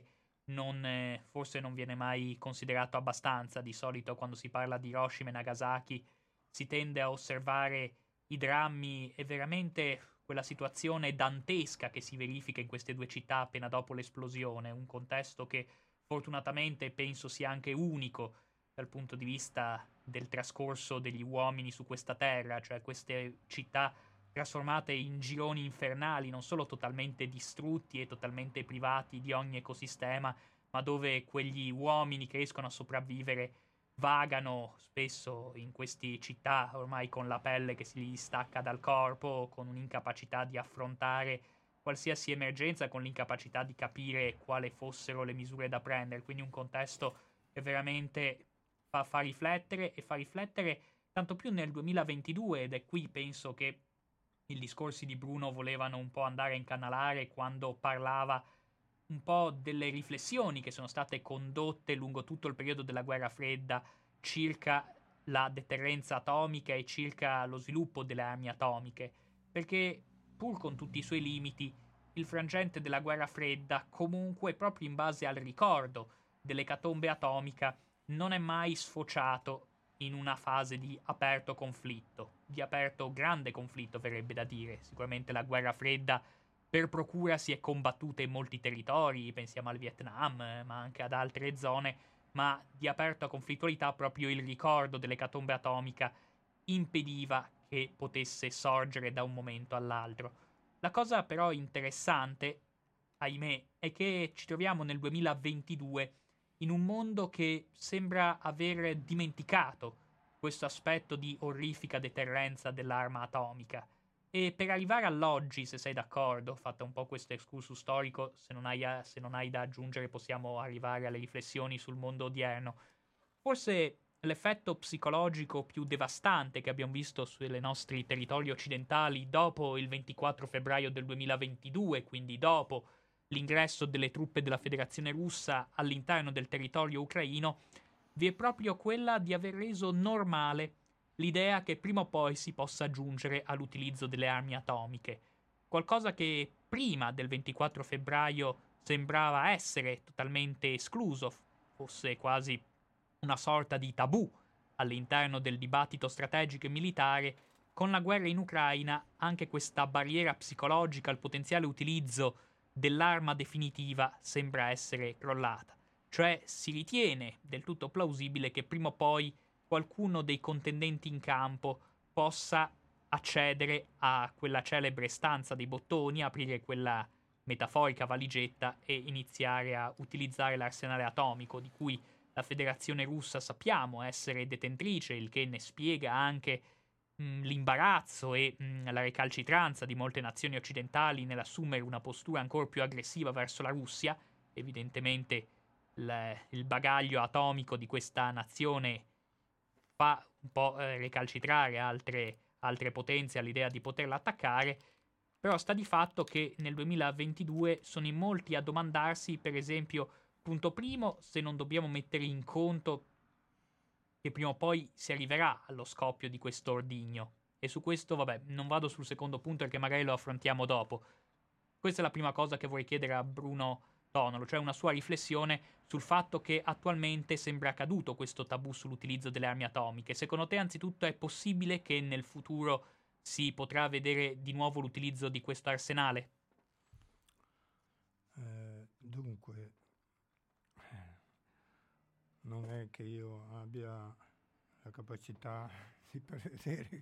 Speaker 1: forse non viene mai considerato abbastanza. Di solito quando si parla di Hiroshima e Nagasaki si tende a osservare i drammi e veramente quella situazione dantesca che si verifica in queste due città appena dopo l'esplosione, un contesto che fortunatamente penso sia anche unico dal punto di vista del trascorso degli uomini su questa terra, cioè queste città trasformate in gironi infernali, non solo totalmente distrutti e totalmente privati di ogni ecosistema, ma dove quegli uomini che riescono a sopravvivere vagano spesso in queste città ormai con la pelle che si gli stacca dal corpo, con un'incapacità di affrontare qualsiasi emergenza, con l'incapacità di capire quali fossero le misure da prendere. Quindi un contesto che veramente fa riflettere e fa riflettere tanto più nel 2022, ed è qui penso che i discorsi di Bruno volevano un po' andare a incanalare quando parlava un po' delle riflessioni che sono state condotte lungo tutto il periodo della guerra fredda circa la deterrenza atomica e circa lo sviluppo delle armi atomiche, perché pur con tutti i suoi limiti, il frangente della guerra fredda, comunque proprio in base al ricordo dell'ecatombe atomica, non è mai sfociato in una fase di aperto conflitto, di aperto grande conflitto verrebbe da dire. Sicuramente la guerra fredda per procura si è combattuta in molti territori, pensiamo al Vietnam, ma anche ad altre zone, ma di aperta conflittualità proprio il ricordo dell'ecatombe atomica impediva che potesse sorgere da un momento all'altro. La cosa però interessante, ahimè, è che ci troviamo nel 2022 in un mondo che sembra aver dimenticato questo aspetto di orrifica deterrenza dell'arma atomica. E per arrivare all'oggi, se sei d'accordo, fatta un po' questo excursus storico, se non hai da aggiungere possiamo arrivare alle riflessioni sul mondo odierno. Forse l'effetto psicologico più devastante che abbiamo visto sui nostri territori occidentali dopo il 24 febbraio del 2022, quindi dopo l'ingresso delle truppe della Federazione russa all'interno del territorio ucraino, vi è proprio quella di aver reso normale l'idea che prima o poi si possa giungere all'utilizzo delle armi atomiche. Qualcosa che prima del 24 febbraio sembrava essere totalmente escluso, fosse quasi una sorta di tabù all'interno del dibattito strategico e militare, con la guerra in Ucraina anche questa barriera psicologica al potenziale utilizzo dell'arma definitiva sembra essere crollata. Cioè si ritiene del tutto plausibile che prima o poi qualcuno dei contendenti in campo possa accedere a quella celebre stanza dei bottoni, aprire quella metaforica valigetta e iniziare a utilizzare l'arsenale atomico di cui la Federazione russa sappiamo essere detentrice, il che ne spiega anche l'imbarazzo e la recalcitranza di molte nazioni occidentali nell'assumere una postura ancora più aggressiva verso la Russia. Evidentemente il bagaglio atomico di questa nazione fa un po' recalcitrare altre potenze all'idea di poterla attaccare, però sta di fatto che nel 2022 sono in molti a domandarsi, per esempio, punto primo, se non dobbiamo mettere in conto che prima o poi si arriverà allo scoppio di questo ordigno. E su questo, vabbè, non vado sul secondo punto perché magari lo affrontiamo dopo. Questa è la prima cosa che vorrei chiedere a Bruno Tonolo, cioè una sua riflessione sul fatto che attualmente sembra caduto questo tabù sull'utilizzo delle armi atomiche. Secondo te, anzitutto, è possibile che nel futuro si potrà vedere di nuovo l'utilizzo di questo arsenale?
Speaker 2: Dunque, non è che io abbia la capacità di prevedere,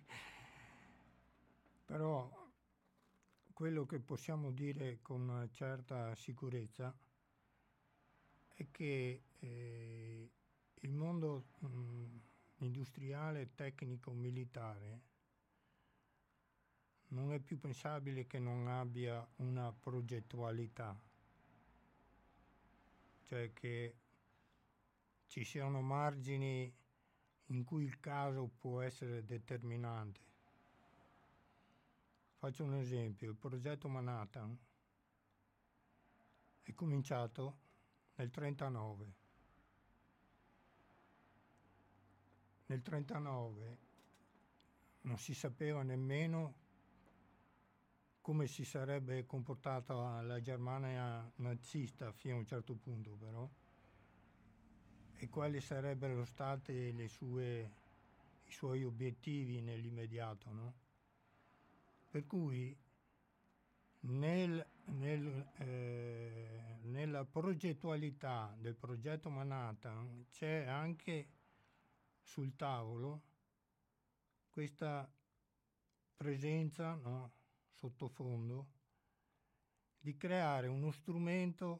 Speaker 2: però quello che possiamo dire con una certa sicurezza è che il mondo industriale, tecnico, militare non è più pensabile che non abbia una progettualità, cioè che ci siano margini in cui il caso può essere determinante. Faccio un esempio: il progetto Manhattan è cominciato nel 1939. Nel 1939 non si sapeva nemmeno come si sarebbe comportata la Germania nazista fino a un certo punto, però, e quali sarebbero stati i suoi obiettivi nell'immediato, no? Per cui nella progettualità del progetto Manhattan c'è anche sul tavolo questa presenza, no, sottofondo, di creare uno strumento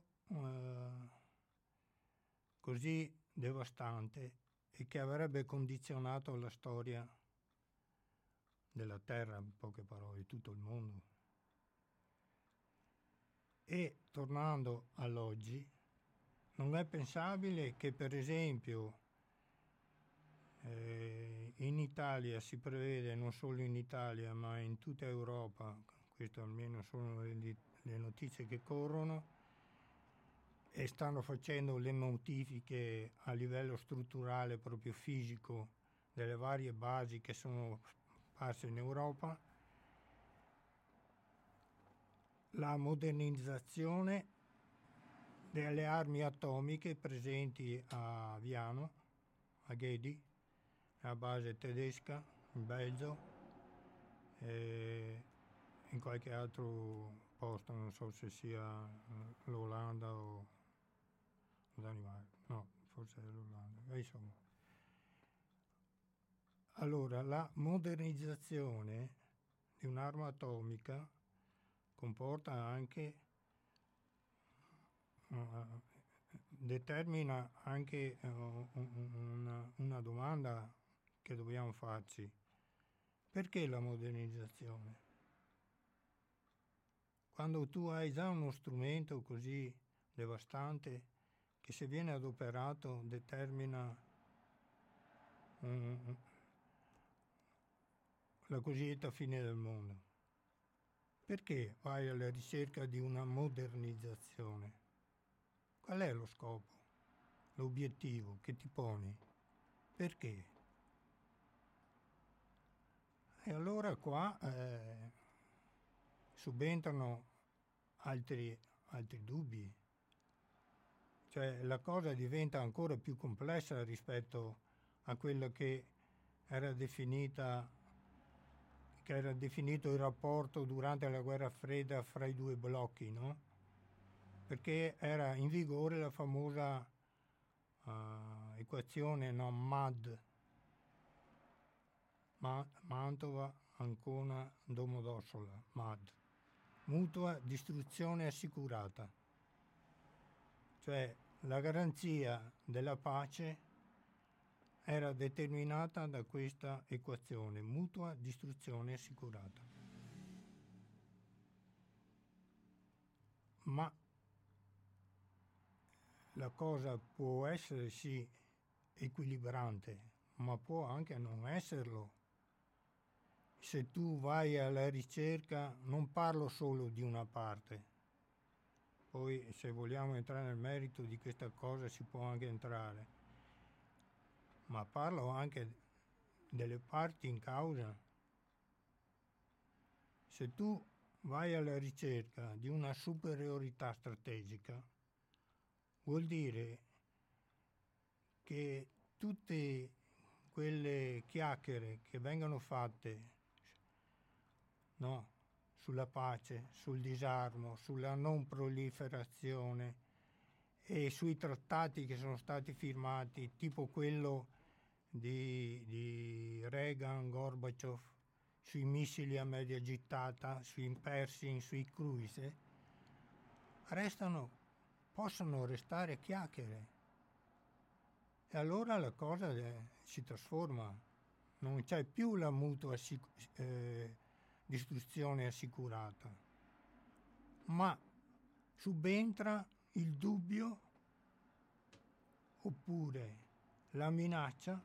Speaker 2: così devastante e che avrebbe condizionato la storia della Terra, in poche parole, tutto il mondo. E tornando all'oggi, non è pensabile che, per esempio, in Italia si prevede, non solo in Italia ma in tutta Europa, queste almeno sono le notizie che corrono, e stanno facendo le notifiche a livello strutturale, proprio fisico, delle varie basi che sono sparse in Europa, la modernizzazione delle armi atomiche presenti a Viano, a Ghedi, a base tedesca, in Belgio, e in qualche altro posto, non so se sia l'Olanda o Danimarca, no, forse è l'Olanda, insomma. Allora, la modernizzazione di un'arma atomica comporta anche, determina anche una domanda che dobbiamo farci. Perché la modernizzazione? Quando tu hai già uno strumento così devastante che, se viene adoperato, determina la cosiddetta fine del mondo. Perché vai alla ricerca di una modernizzazione? Qual è lo scopo, l'obiettivo che ti poni? Perché? E allora qua subentrano altri dubbi. Cioè la cosa diventa ancora più complessa rispetto a quello che era definito il rapporto durante la guerra fredda fra i due blocchi, no? Perché era in vigore la famosa equazione, no, MAD, Mantova, Ancona, Domodossola, MAD, mutua distruzione assicurata, cioè la garanzia della pace era determinata da questa equazione, mutua distruzione assicurata. Ma la cosa può essere sì equilibrante, ma può anche non esserlo. Se tu vai alla ricerca, non parlo solo di una parte, poi se vogliamo entrare nel merito di questa cosa si può anche entrare, ma parlo anche delle parti in causa. Se tu vai alla ricerca di una superiorità strategica, vuol dire che tutte quelle chiacchiere che vengono fatte, no, sulla pace, sul disarmo, sulla non proliferazione e sui trattati che sono stati firmati, tipo quello di Reagan, Gorbaciov, sui missili a media gittata, sui Pershing, sui cruise, possono restare chiacchiere. E allora la cosa si trasforma, non c'è più la mutua distruzione assicurata, ma subentra il dubbio oppure la minaccia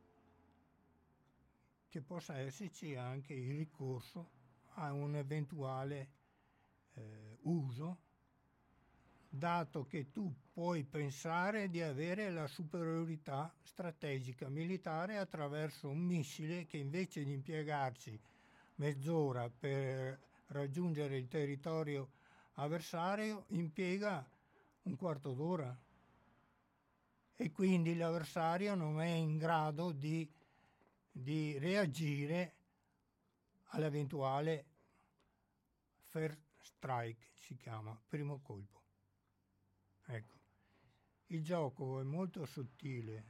Speaker 2: che possa esserci anche il ricorso a un eventuale uso, dato che tu puoi pensare di avere la superiorità strategica militare attraverso un missile che invece di impiegarci mezz'ora per raggiungere il territorio avversario impiega un quarto d'ora e quindi l'avversario non è in grado di reagire all'eventuale first strike, si chiama, primo colpo. Ecco, il gioco è molto sottile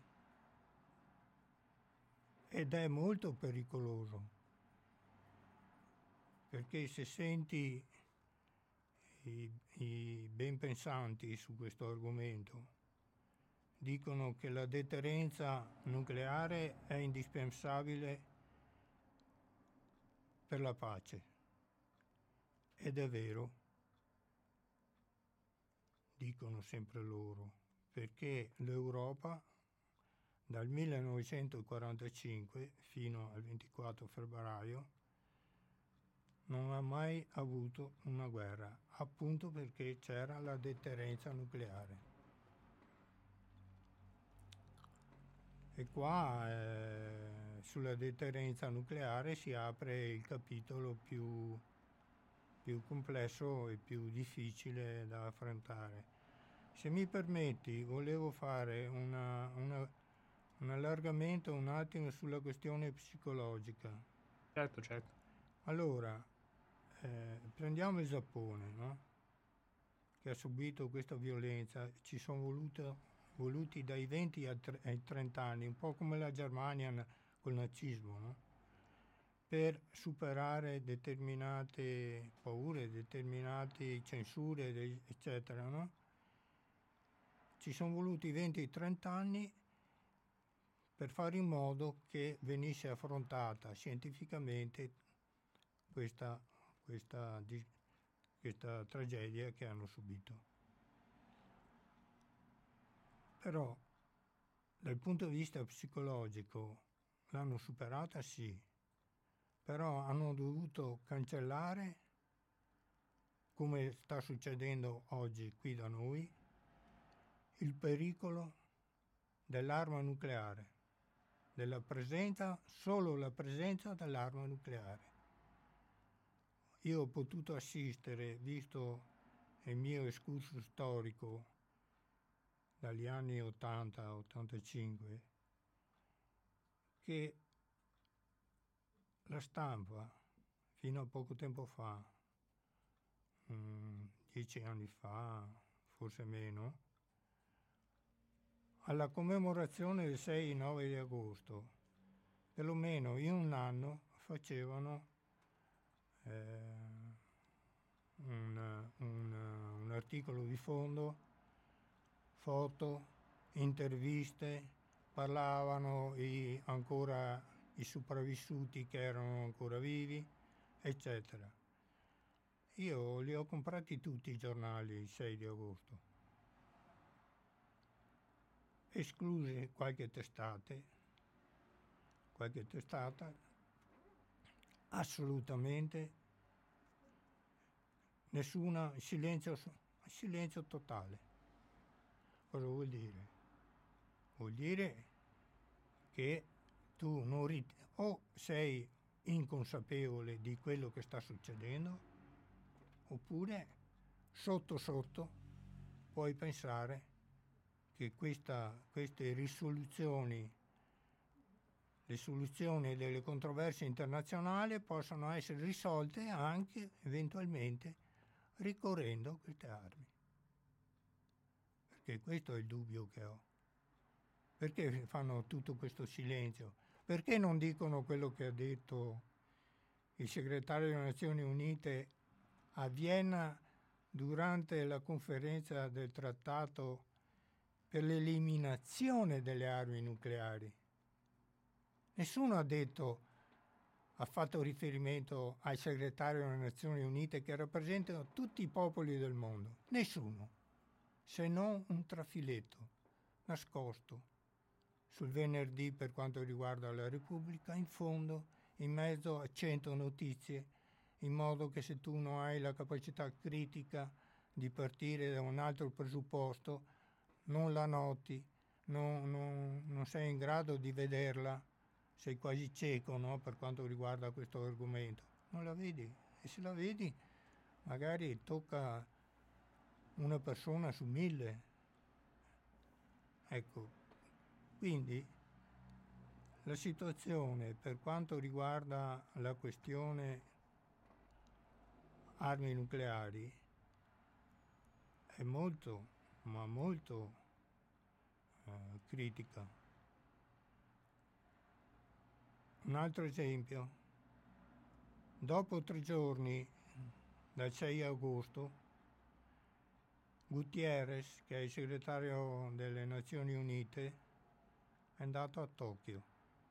Speaker 2: ed è molto pericoloso, perché se senti i ben pensanti su questo argomento dicono che la deterrenza nucleare è indispensabile per la pace. Ed è vero, dicono sempre loro, perché l'Europa dal 1945 fino al 24 febbraio non ha mai avuto una guerra, appunto perché c'era la deterrenza nucleare. E qua sulla deterrenza nucleare si apre il capitolo più complesso e più difficile da affrontare. Se mi permetti, volevo fare un allargamento un attimo sulla questione psicologica.
Speaker 1: Certo.
Speaker 2: Allora, prendiamo il Giappone, no? Che ha subito questa violenza, ci sono voluti dai 20 ai 30 anni, un po' come la Germania col nazismo, no? Per superare determinate paure, determinate censure, eccetera, no? Ci sono voluti 20-30 anni per fare in modo che venisse affrontata scientificamente questa tragedia che hanno subito. Però dal punto di vista psicologico l'hanno superata, sì, però hanno dovuto cancellare, come sta succedendo oggi qui da noi, il pericolo dell'arma nucleare, solo la presenza dell'arma nucleare. Io ho potuto assistere, visto il mio excursus storico dagli anni 80-85, che la stampa fino a poco tempo fa, 10 anni fa, forse meno, alla commemorazione del 6-9 di agosto, perlomeno in un anno facevano un articolo di fondo, foto, interviste, parlavano ancora i sopravvissuti che erano ancora vivi, eccetera. Io li ho comprati tutti i giornali il 6 di agosto, escluse qualche testata, assolutamente nessuna, silenzio totale. Cosa vuol dire? Vuol dire che tu o sei inconsapevole di quello che sta succedendo, oppure sotto sotto puoi pensare che queste risoluzioni, le soluzioni delle controversie internazionali possono essere risolte anche eventualmente ricorrendo a queste armi. Perché questo è il dubbio che ho. Perché fanno tutto questo silenzio? Perché non dicono quello che ha detto il segretario delle Nazioni Unite a Vienna durante la conferenza del trattato per l'eliminazione delle armi nucleari? Nessuno ha fatto riferimento al segretario delle Nazioni Unite che rappresentano tutti i popoli del mondo. Nessuno, se non un trafiletto nascosto sul venerdì per quanto riguarda la Repubblica, in fondo, in mezzo a 100 notizie, in modo che se tu non hai la capacità critica di partire da un altro presupposto, non la noti, non sei in grado di vederla, sei quasi cieco, no, per quanto riguarda questo argomento. Non la vedi, e se la vedi magari tocca una persona su 1000. Ecco, quindi la situazione per quanto riguarda la questione armi nucleari è molto, ma molto critica. Un altro esempio: dopo 3 giorni, dal 6 agosto, Guterres, che è il segretario delle Nazioni Unite, è andato a Tokyo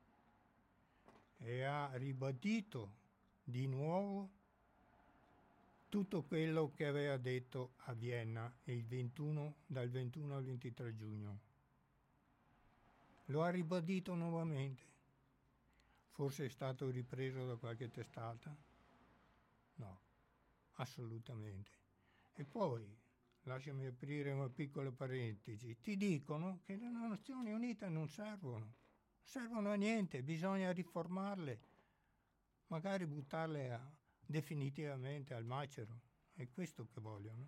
Speaker 2: e ha ribadito di nuovo tutto quello che aveva detto a Vienna dal 21 al 23 giugno. Lo ha ribadito nuovamente. Forse è stato ripreso da qualche testata? No, assolutamente. E poi, lasciami aprire una piccola parentesi, ti dicono che le Nazioni Unite non servono a niente, bisogna riformarle, magari buttarle definitivamente al macero. È questo che vogliono.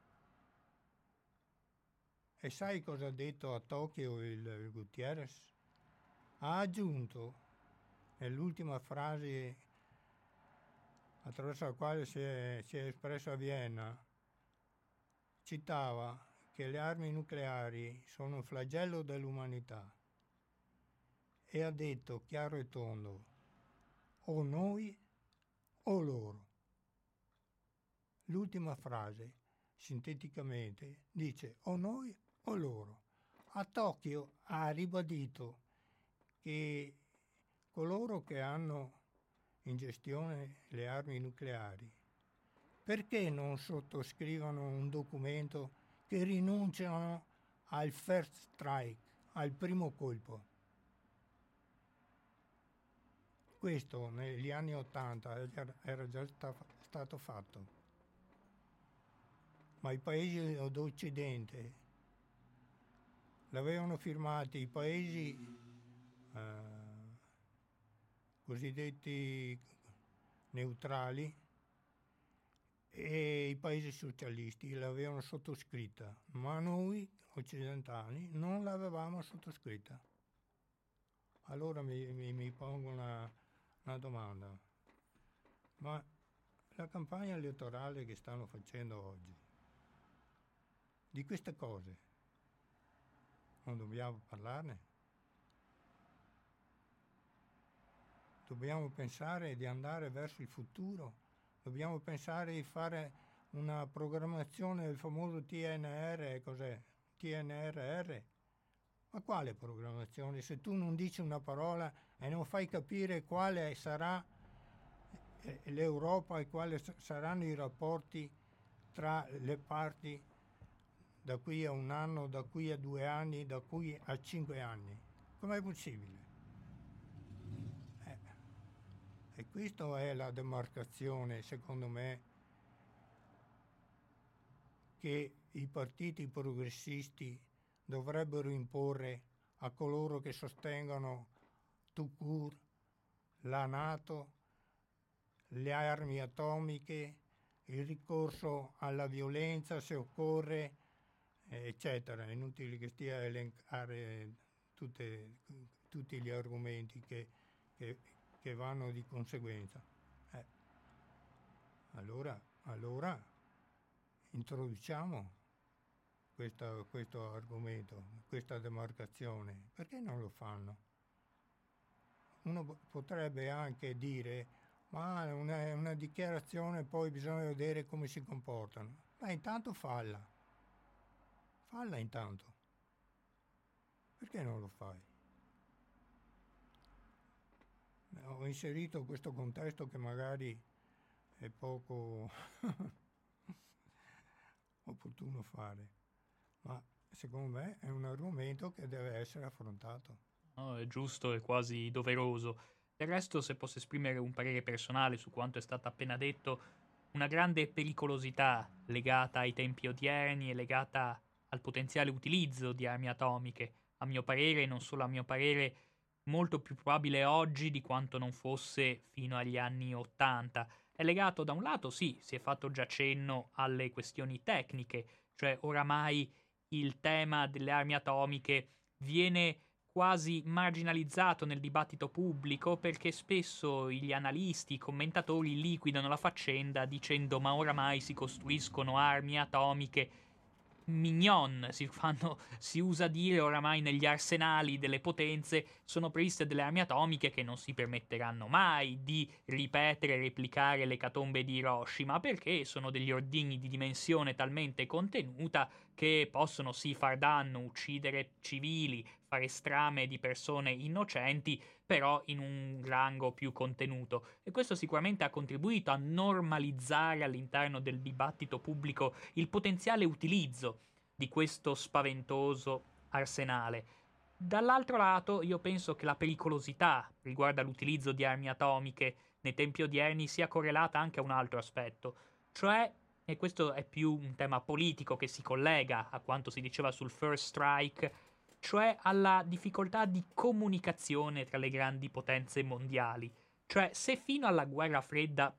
Speaker 2: E sai cosa ha detto a Tokyo il Guterres? Ha aggiunto nell'ultima frase attraverso la quale si è espresso a Vienna, citava che le armi nucleari sono un flagello dell'umanità e ha detto chiaro e tondo: o noi o loro. L'ultima frase, sinteticamente, dice o noi o loro. A Tokyo ha ribadito che coloro che hanno in gestione le armi nucleari, perché non sottoscrivono un documento che rinunciano al first strike, al primo colpo? Questo negli anni '80 era già stato fatto, ma i paesi d'Occidente l'avevano firmato, i paesi cosiddetti neutrali e i paesi socialisti l'avevano sottoscritta, ma noi occidentali non l'avevamo sottoscritta. Allora mi pongo una domanda: ma la campagna elettorale che stanno facendo oggi, di queste cose non dobbiamo parlarne? Dobbiamo pensare di andare verso il futuro, dobbiamo pensare di fare una programmazione del famoso TNR, cos'è? TNRR? Ma quale programmazione? Se tu non dici una parola e non fai capire quale sarà l'Europa e quali saranno i rapporti tra le parti da qui a 1 anno, da qui a 2 anni, da qui a 5 anni, com'è possibile? E questa è la demarcazione, secondo me, che i partiti progressisti dovrebbero imporre a coloro che sostengono tout court la NATO, le armi atomiche, il ricorso alla violenza se occorre, eccetera. È inutile che stia a elencare tutti gli argomenti che vanno di conseguenza. Allora introduciamo questo argomento, questa demarcazione. Perché non lo fanno? Uno potrebbe anche dire, ma una dichiarazione, poi bisogna vedere come si comportano. Ma intanto falla intanto. Perché non lo fai? Ho inserito questo contesto che magari è poco opportuno fare, ma secondo me è un argomento che deve essere affrontato.
Speaker 1: No, è giusto e quasi doveroso. Del resto, se posso esprimere un parere personale su quanto è stato appena detto, una grande pericolosità legata ai tempi odierni e legata al potenziale utilizzo di armi atomiche, a mio parere, e non solo a mio parere, molto più probabile oggi di quanto non fosse fino agli anni '80. È legato da un lato, sì, si è fatto già cenno alle questioni tecniche, cioè oramai il tema delle armi atomiche viene quasi marginalizzato nel dibattito pubblico perché spesso gli analisti, i commentatori liquidano la faccenda dicendo ma oramai si costruiscono armi atomiche mignon, si usa dire oramai negli arsenali delle potenze sono previste delle armi atomiche che non si permetteranno mai di ripetere e replicare l'ecatombe di Hiroshima perché sono degli ordigni di dimensione talmente contenuta che possono sì far danno, uccidere civili, fare strame di persone innocenti, però in un rango più contenuto. E questo sicuramente ha contribuito a normalizzare all'interno del dibattito pubblico il potenziale utilizzo di questo spaventoso arsenale. Dall'altro lato, io penso che la pericolosità riguardo all'utilizzo di armi atomiche nei tempi odierni sia correlata anche a un altro aspetto, cioè, e questo è più un tema politico che si collega a quanto si diceva sul First Strike, cioè alla difficoltà di comunicazione tra le grandi potenze mondiali. Cioè, se fino alla guerra fredda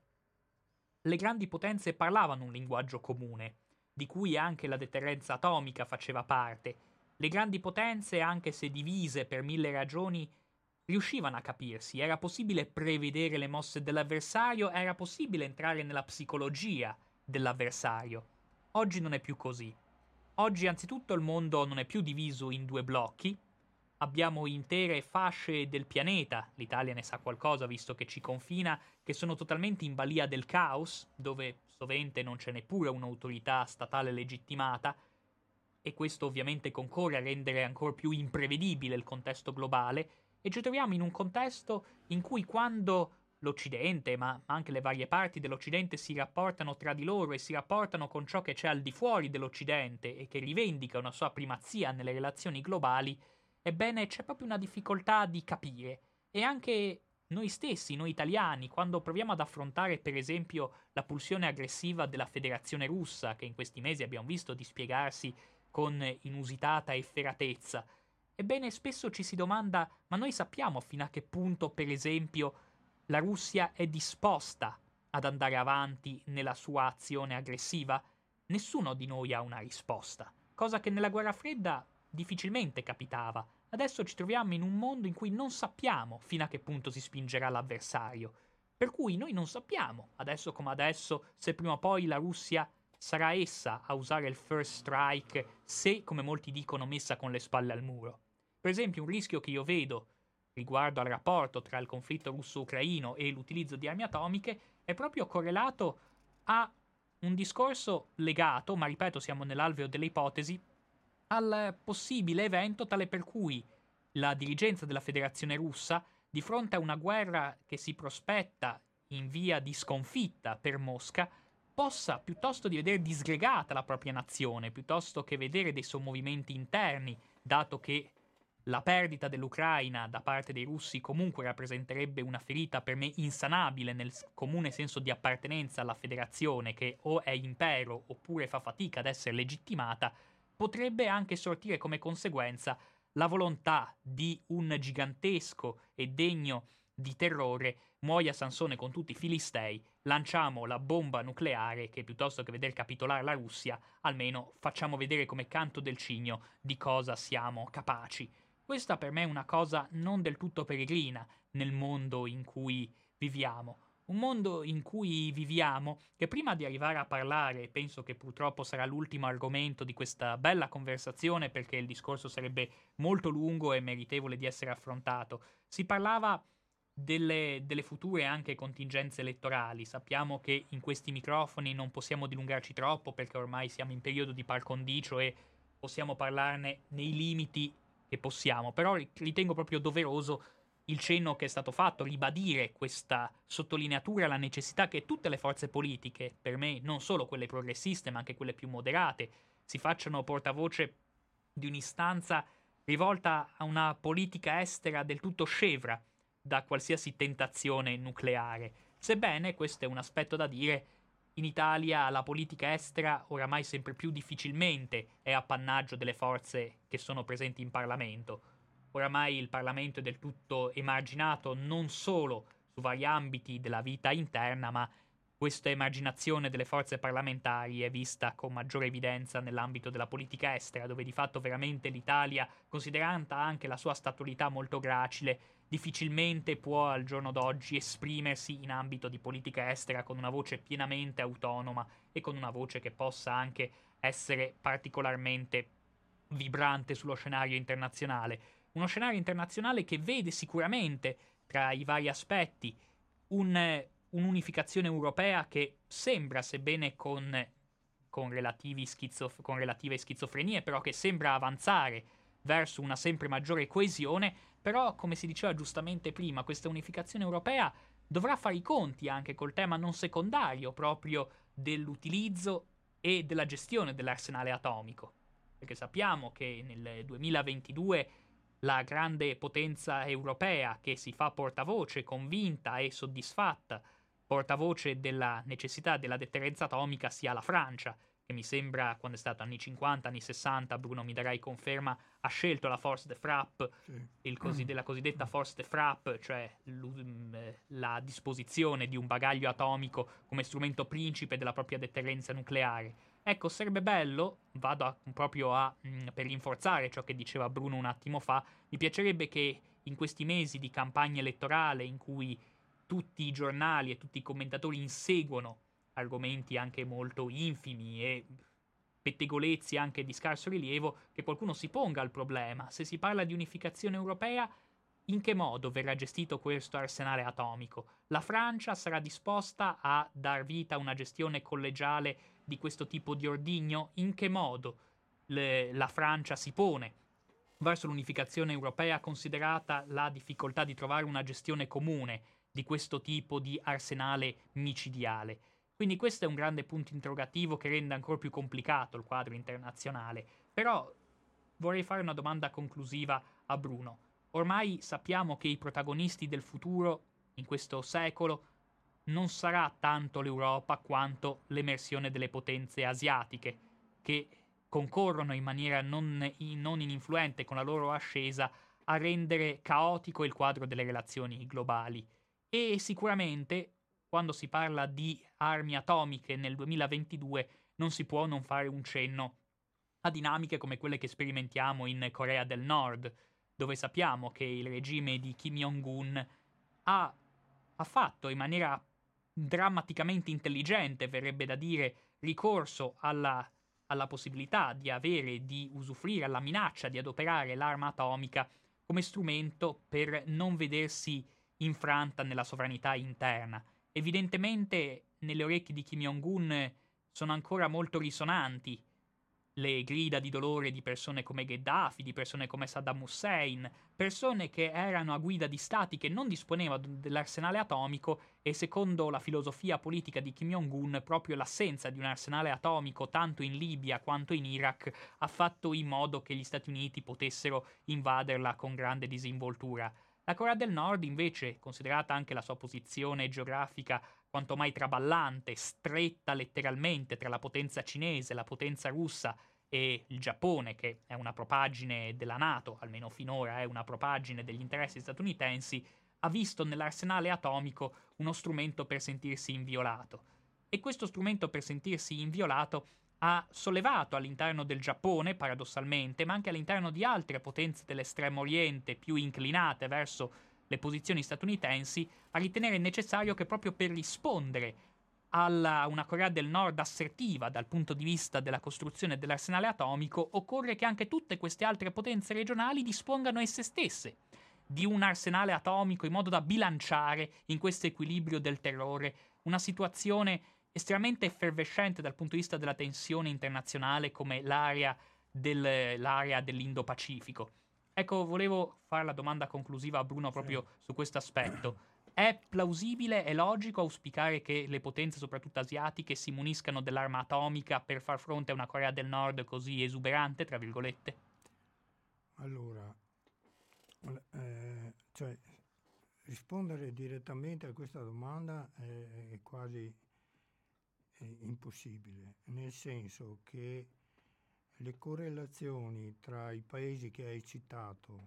Speaker 1: le grandi potenze parlavano un linguaggio comune, di cui anche la deterrenza atomica faceva parte, le grandi potenze, anche se divise per mille ragioni, riuscivano a capirsi, era possibile prevedere le mosse dell'avversario, era possibile entrare nella psicologia dell'avversario. Oggi non è più così. Oggi anzitutto il mondo non è più diviso in due blocchi, abbiamo intere fasce del pianeta, l'Italia ne sa qualcosa visto che ci confina, che sono totalmente in balia del caos, dove sovente non c'è neppure un'autorità statale legittimata, e questo ovviamente concorre a rendere ancora più imprevedibile il contesto globale, e ci troviamo in un contesto in cui quando l'Occidente, ma anche le varie parti dell'Occidente si rapportano tra di loro e si rapportano con ciò che c'è al di fuori dell'Occidente e che rivendica una sua primazia nelle relazioni globali, ebbene c'è proprio una difficoltà di capire. E anche noi stessi, noi italiani, quando proviamo ad affrontare per esempio la pulsione aggressiva della Federazione russa, che in questi mesi abbiamo visto dispiegarsi con inusitata efferatezza, ebbene spesso ci si domanda, ma noi sappiamo fino a che punto, per esempio, la Russia è disposta ad andare avanti nella sua azione aggressiva? Nessuno di noi ha una risposta, cosa che nella guerra fredda difficilmente capitava. Adesso ci troviamo in un mondo in cui non sappiamo fino a che punto si spingerà l'avversario. Per cui noi non sappiamo, adesso come adesso, se prima o poi la Russia sarà essa a usare il first strike se, come molti dicono, messa con le spalle al muro. Per esempio, un rischio che io vedo riguardo al rapporto tra il conflitto russo-ucraino e l'utilizzo di armi atomiche è proprio correlato a un discorso legato, ma ripeto, siamo nell'alveo delle ipotesi, al possibile evento tale per cui la dirigenza della Federazione russa, di fronte a una guerra che si prospetta in via di sconfitta per Mosca, possa, piuttosto di vedere disgregata la propria nazione, piuttosto che vedere dei sommovimenti interni, dato che la perdita dell'Ucraina da parte dei russi comunque rappresenterebbe una ferita per me insanabile nel comune senso di appartenenza alla federazione che o è impero oppure fa fatica ad essere legittimata, potrebbe anche sortire come conseguenza la volontà di un gigantesco e degno di terrore, muoia Sansone con tutti i filistei, lanciamo la bomba nucleare che piuttosto che veder capitolare la Russia, almeno facciamo vedere come canto del cigno di cosa siamo capaci. Questa per me è una cosa non del tutto peregrina nel mondo in cui viviamo. Un mondo in cui viviamo che prima di arrivare a parlare, penso che purtroppo sarà l'ultimo argomento di questa bella conversazione perché il discorso sarebbe molto lungo e meritevole di essere affrontato, si parlava delle future anche contingenze elettorali. Sappiamo che in questi microfoni non possiamo dilungarci troppo perché ormai siamo in periodo di par condicio e possiamo parlarne nei limiti che possiamo, però ritengo proprio doveroso il cenno che è stato fatto, ribadire questa sottolineatura alla necessità che tutte le forze politiche, per me non solo quelle progressiste ma anche quelle più moderate, si facciano portavoce di un'istanza rivolta a una politica estera del tutto scevra da qualsiasi tentazione nucleare. Sebbene, questo è un aspetto da dire, in Italia la politica estera oramai sempre più difficilmente è appannaggio delle forze che sono presenti in Parlamento. Oramai il Parlamento è del tutto emarginato non solo su vari ambiti della vita interna, ma questa emarginazione delle forze parlamentari è vista con maggiore evidenza nell'ambito della politica estera, dove di fatto veramente l'Italia, considerata anche la sua statualità molto gracile, difficilmente può al giorno d'oggi esprimersi in ambito di politica estera con una voce pienamente autonoma e con una voce che possa anche essere particolarmente vibrante sullo scenario internazionale. Uno scenario internazionale che vede sicuramente tra i vari aspetti un'unificazione europea che sembra, sebbene con relative schizofrenie, però che sembra avanzare verso una sempre maggiore coesione, però, come si diceva giustamente prima, questa unificazione europea dovrà fare i conti anche col tema non secondario proprio dell'utilizzo e della gestione dell'arsenale atomico. Perché sappiamo che nel 2022 la grande potenza europea che si fa portavoce convinta e soddisfatta, portavoce della necessità della deterrenza atomica, sia la Francia, che mi sembra, quando è stato anni 50, anni 60, Bruno mi darai conferma, ha scelto la Force de Frappe, la cosiddetta Force de Frappe, cioè la disposizione di un bagaglio atomico come strumento principe della propria deterrenza nucleare. Ecco, sarebbe bello, per rinforzare ciò che diceva Bruno un attimo fa, mi piacerebbe che in questi mesi di campagna elettorale in cui tutti i giornali e tutti i commentatori inseguono argomenti anche molto infimi e pettegolezzi anche di scarso rilievo, che qualcuno si ponga il problema. Se si parla di unificazione europea, in che modo verrà gestito questo arsenale atomico? La Francia sarà disposta a dar vita a una gestione collegiale di questo tipo di ordigno? In che modo la Francia si pone verso l'unificazione europea, considerata la difficoltà di trovare una gestione comune di questo tipo di arsenale micidiale? Quindi questo è un grande punto interrogativo che rende ancora più complicato il quadro internazionale. Però vorrei fare una domanda conclusiva a Bruno. Ormai sappiamo che i protagonisti del futuro, in questo secolo, non sarà tanto l'Europa quanto l'emersione delle potenze asiatiche, che concorrono in maniera non ininfluente con la loro ascesa a rendere caotico il quadro delle relazioni globali. E sicuramente, quando si parla di armi atomiche nel 2022, non si può non fare un cenno a dinamiche come quelle che sperimentiamo in Corea del Nord, dove sappiamo che il regime di Kim Jong-un ha fatto in maniera drammaticamente intelligente, verrebbe da dire, ricorso alla possibilità di usufruire, alla minaccia di adoperare l'arma atomica come strumento per non vedersi infranta nella sovranità interna. Evidentemente nelle orecchie di Kim Jong-un sono ancora molto risonanti le grida di dolore di persone come Gheddafi, di persone come Saddam Hussein, persone che erano a guida di stati che non disponevano dell'arsenale atomico e secondo la filosofia politica di Kim Jong-un proprio l'assenza di un arsenale atomico tanto in Libia quanto in Iraq ha fatto in modo che gli Stati Uniti potessero invaderla con grande disinvoltura. La Corea del Nord invece, considerata anche la sua posizione geografica quanto mai traballante, stretta letteralmente tra la potenza cinese, la potenza russa e il Giappone, che è una propaggine della NATO, almeno finora è una propaggine degli interessi statunitensi, ha visto nell'arsenale atomico uno strumento per sentirsi inviolato. E questo strumento per sentirsi inviolato ha sollevato all'interno del Giappone, paradossalmente, ma anche all'interno di altre potenze dell'estremo oriente più inclinate verso le posizioni statunitensi, a ritenere necessario che proprio per rispondere a una Corea del Nord assertiva dal punto di vista della costruzione dell'arsenale atomico, occorre che anche tutte queste altre potenze regionali dispongano esse stesse di un arsenale atomico in modo da bilanciare in questo equilibrio del terrore una situazione estremamente effervescente dal punto di vista della tensione internazionale come l'area dell'Indo-Pacifico. Ecco, volevo fare la domanda conclusiva a Bruno proprio su questo aspetto. È plausibile e logico auspicare che le potenze, soprattutto asiatiche, si muniscano dell'arma atomica per far fronte a una Corea del Nord così esuberante, tra virgolette?
Speaker 2: Allora, cioè, rispondere direttamente a questa domanda è quasi impossibile, nel senso che le correlazioni tra i paesi che hai citato,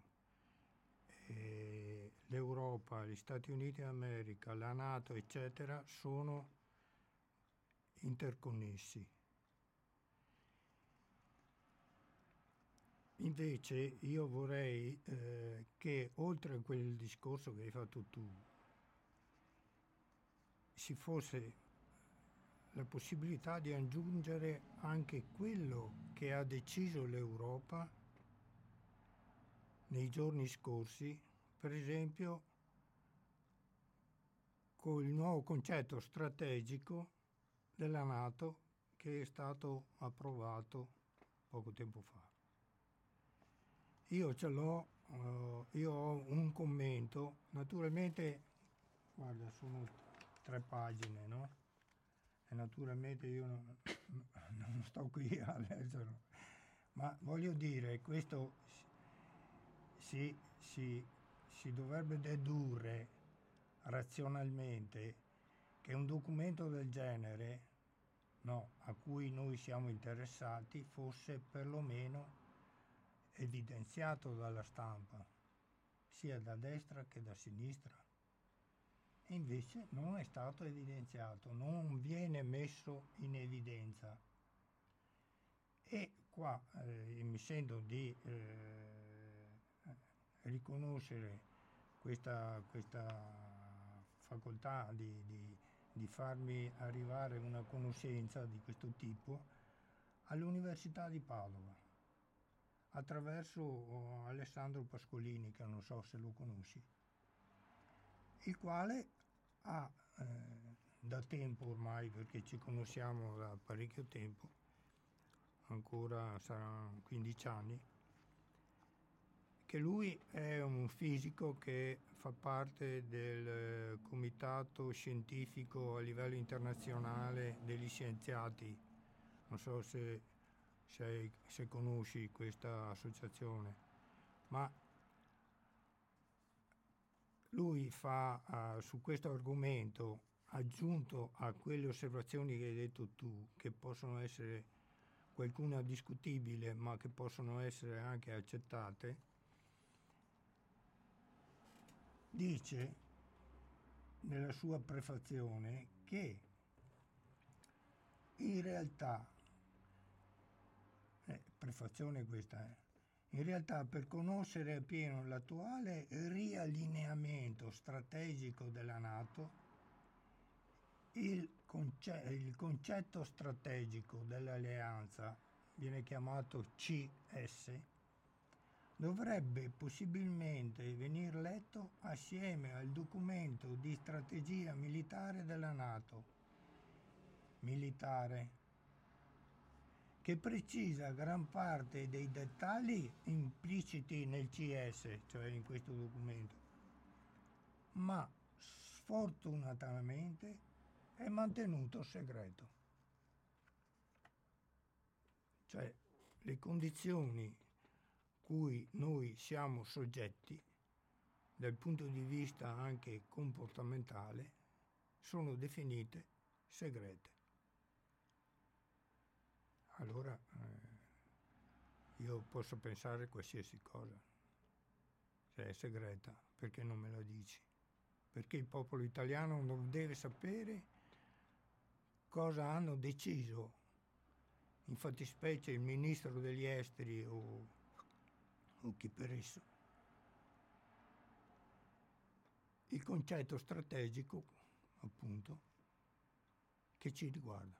Speaker 2: l'Europa, gli Stati Uniti d'America, la NATO, eccetera, sono interconnessi. Invece io vorrei che oltre a quel discorso che hai fatto tu, ci fosse la possibilità di aggiungere anche quello che ha deciso l'Europa nei giorni scorsi, per esempio con il nuovo concetto strategico della NATO che è stato approvato poco tempo fa. Io ce l'ho, io ho un commento, naturalmente, guarda, sono 3 pagine, no? E naturalmente io non sto qui a leggerlo, ma voglio dire, questo si dovrebbe dedurre razionalmente che un documento del genere, no, a cui noi siamo interessati, fosse perlomeno evidenziato dalla stampa, sia da destra che da sinistra. E invece non è stato evidenziato, non viene messo in evidenza. E qua mi sento di riconoscere questa facoltà di farmi arrivare una conoscenza di questo tipo all'Università di Padova, attraverso Alessandro Pascolini, che non so se lo conosci, il quale ha da tempo ormai, perché ci conosciamo da parecchio tempo, ancora saranno 15 anni, che lui è un fisico che fa parte del comitato scientifico a livello internazionale degli scienziati. Non so se conosci questa associazione, ma lui fa su questo argomento, aggiunto a quelle osservazioni che hai detto tu, che possono essere qualcuna discutibile ma che possono essere anche accettate, dice nella sua prefazione che in realtà, prefazione questa in realtà per conoscere appieno l'attuale riallineamento strategico della NATO, il concetto strategico dell'alleanza viene chiamato CS, dovrebbe possibilmente venir letto assieme al documento di strategia militare della NATO, che precisa gran parte dei dettagli impliciti nel CS, cioè in questo documento, ma sfortunatamente è mantenuto segreto. Cioè le condizioni cui noi siamo soggetti dal punto di vista anche comportamentale sono definite segrete. Allora io posso pensare qualsiasi cosa, se è segreta perché non me la dici? perché il popolo italiano non deve sapere cosa hanno deciso, in fattispecie il ministro degli esteri o chi per esso. Il concetto strategico, appunto, che ci riguarda.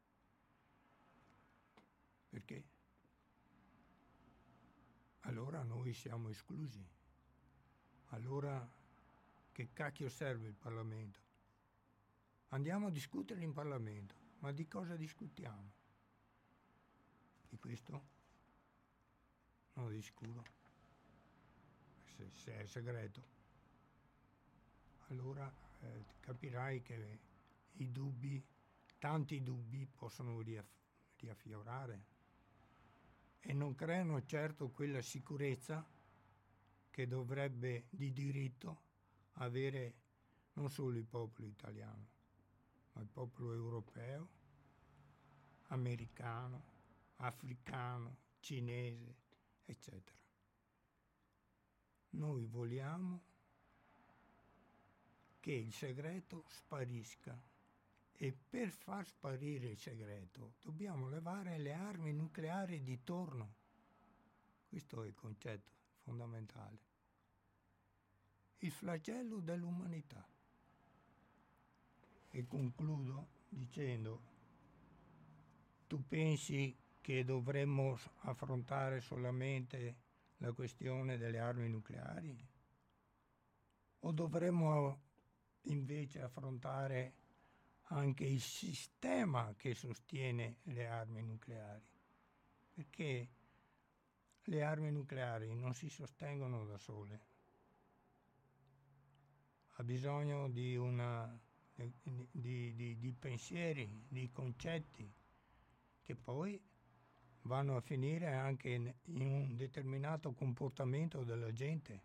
Speaker 2: Perché allora noi siamo esclusi. Allora che cacchio serve il Parlamento? Andiamo a discutere in Parlamento, ma di cosa discutiamo? Di questo non lo discuto, se è segreto. Allora capirai che i dubbi, tanti dubbi possono riaffiorare e non creano certo quella sicurezza che dovrebbe di diritto avere non solo il popolo italiano, ma il popolo europeo, americano, africano, cinese, eccetera. Noi vogliamo che il segreto sparisca e per far sparire il segreto dobbiamo levare le armi nucleari di torno. Questo è il concetto fondamentale. Il flagello dell'umanità. E concludo dicendo, tu pensi che dovremmo affrontare solamente la questione delle armi nucleari? O dovremmo invece affrontare anche il sistema che sostiene le armi nucleari? Perché le armi nucleari non si sostengono da sole. Ha bisogno di pensieri, di concetti che poi vanno a finire anche in un determinato comportamento della gente.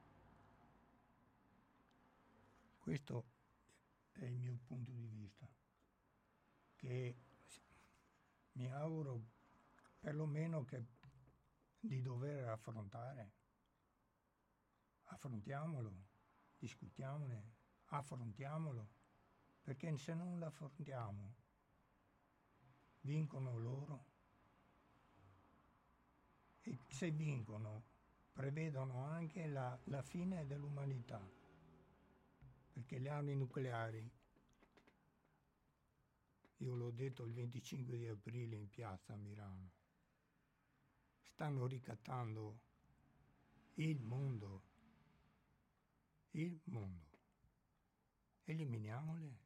Speaker 2: Questo è il mio punto di vista, che mi auguro perlomeno che di dover affrontare. Affrontiamolo. Discutiamone, affrontiamolo, perché se non l'affrontiamo vincono loro e se vincono prevedono anche la fine dell'umanità, perché le armi nucleari, io l'ho detto il 25 di aprile in piazza a Milano, stanno ricattando il mondo. Eliminiamole.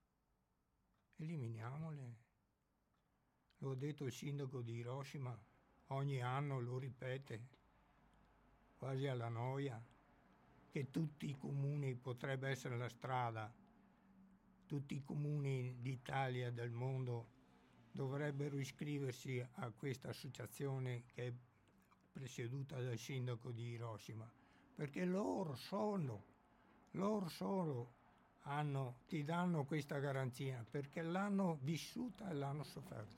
Speaker 2: L'ho detto il sindaco di Hiroshima, ogni anno lo ripete, quasi alla noia, che tutti i comuni, potrebbe essere la strada, tutti i comuni d'Italia e del mondo dovrebbero iscriversi a questa associazione che è presieduta dal sindaco di Hiroshima, perché loro solo ti danno questa garanzia, perché l'hanno vissuta e l'hanno sofferta.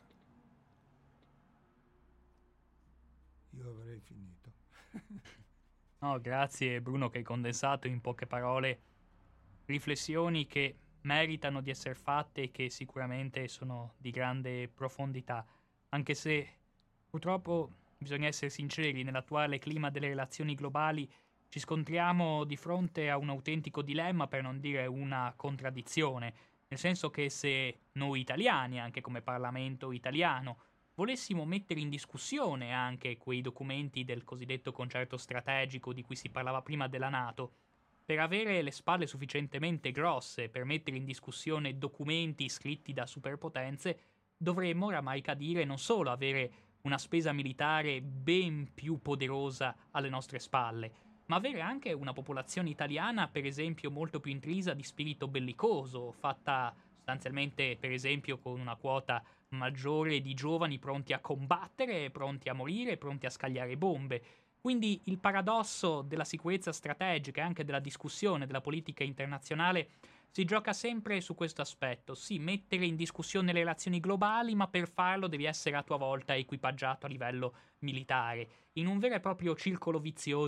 Speaker 2: Io avrei finito.
Speaker 1: No, grazie Bruno che hai condensato in poche parole riflessioni che meritano di essere fatte e che sicuramente sono di grande profondità, anche se purtroppo bisogna essere sinceri, nell'attuale clima delle relazioni globali ci scontriamo di fronte a un autentico dilemma, per non dire una contraddizione, nel senso che se noi italiani, anche come Parlamento italiano, volessimo mettere in discussione anche quei documenti del cosiddetto concerto strategico di cui si parlava prima della NATO, per avere le spalle sufficientemente grosse per mettere in discussione documenti scritti da superpotenze, dovremmo oramai cadire non solo avere una spesa militare ben più poderosa alle nostre spalle, ma avere anche una popolazione italiana, per esempio, molto più intrisa di spirito bellicoso, fatta sostanzialmente, per esempio, con una quota maggiore di giovani pronti a combattere, pronti a morire, pronti a scagliare bombe. Quindi il paradosso della sicurezza strategica e anche della discussione della politica internazionale si gioca sempre su questo aspetto, sì, mettere in discussione le relazioni globali, ma per farlo devi essere a tua volta equipaggiato a livello militare, in un vero e proprio circolo vizioso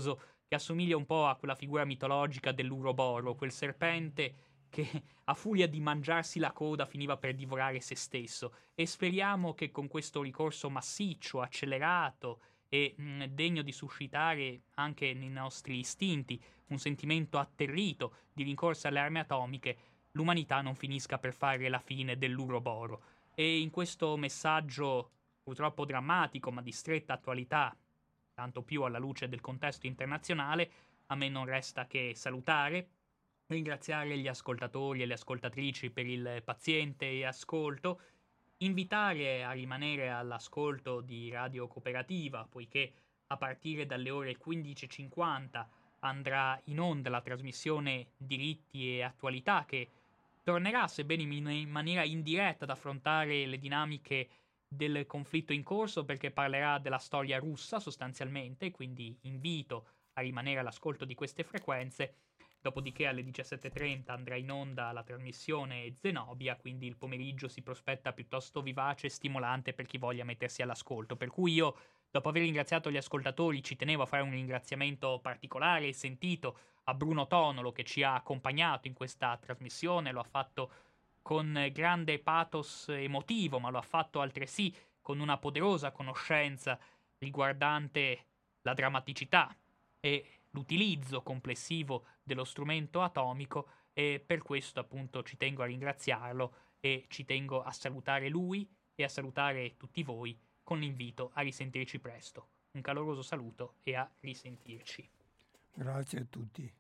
Speaker 1: che assomiglia un po' a quella figura mitologica dell'Uroboro, quel serpente che a furia di mangiarsi la coda finiva per divorare se stesso. E speriamo che con questo ricorso massiccio, accelerato e degno di suscitare anche nei nostri istinti un sentimento atterrito di rincorsa alle armi atomiche, l'umanità non finisca per fare la fine dell'Uroboro. E in questo messaggio purtroppo drammatico ma di stretta attualità, tanto più alla luce del contesto internazionale, a me non resta che salutare, ringraziare gli ascoltatori e le ascoltatrici per il paziente ascolto, invitare a rimanere all'ascolto di Radio Cooperativa, poiché a partire dalle ore 15.50 andrà in onda la trasmissione Diritti e Attualità, che tornerà, sebbene in maniera indiretta, ad affrontare le dinamiche del conflitto in corso, perché parlerà della storia russa sostanzialmente, quindi invito a rimanere all'ascolto di queste frequenze. Dopodiché alle 17.30 andrà in onda la trasmissione Zenobia, quindi il pomeriggio si prospetta piuttosto vivace e stimolante per chi voglia mettersi all'ascolto. Per cui io, dopo aver ringraziato gli ascoltatori, ci tenevo a fare un ringraziamento particolare e sentito a Bruno Tonolo, che ci ha accompagnato in questa trasmissione. Lo ha fatto con grande pathos emotivo, ma lo ha fatto altresì con una poderosa conoscenza riguardante la drammaticità e l'utilizzo complessivo dello strumento atomico, e per questo appunto ci tengo a ringraziarlo e ci tengo a salutare lui e a salutare tutti voi con l'invito a risentirci presto. Un caloroso saluto e a risentirci.
Speaker 2: Grazie a tutti.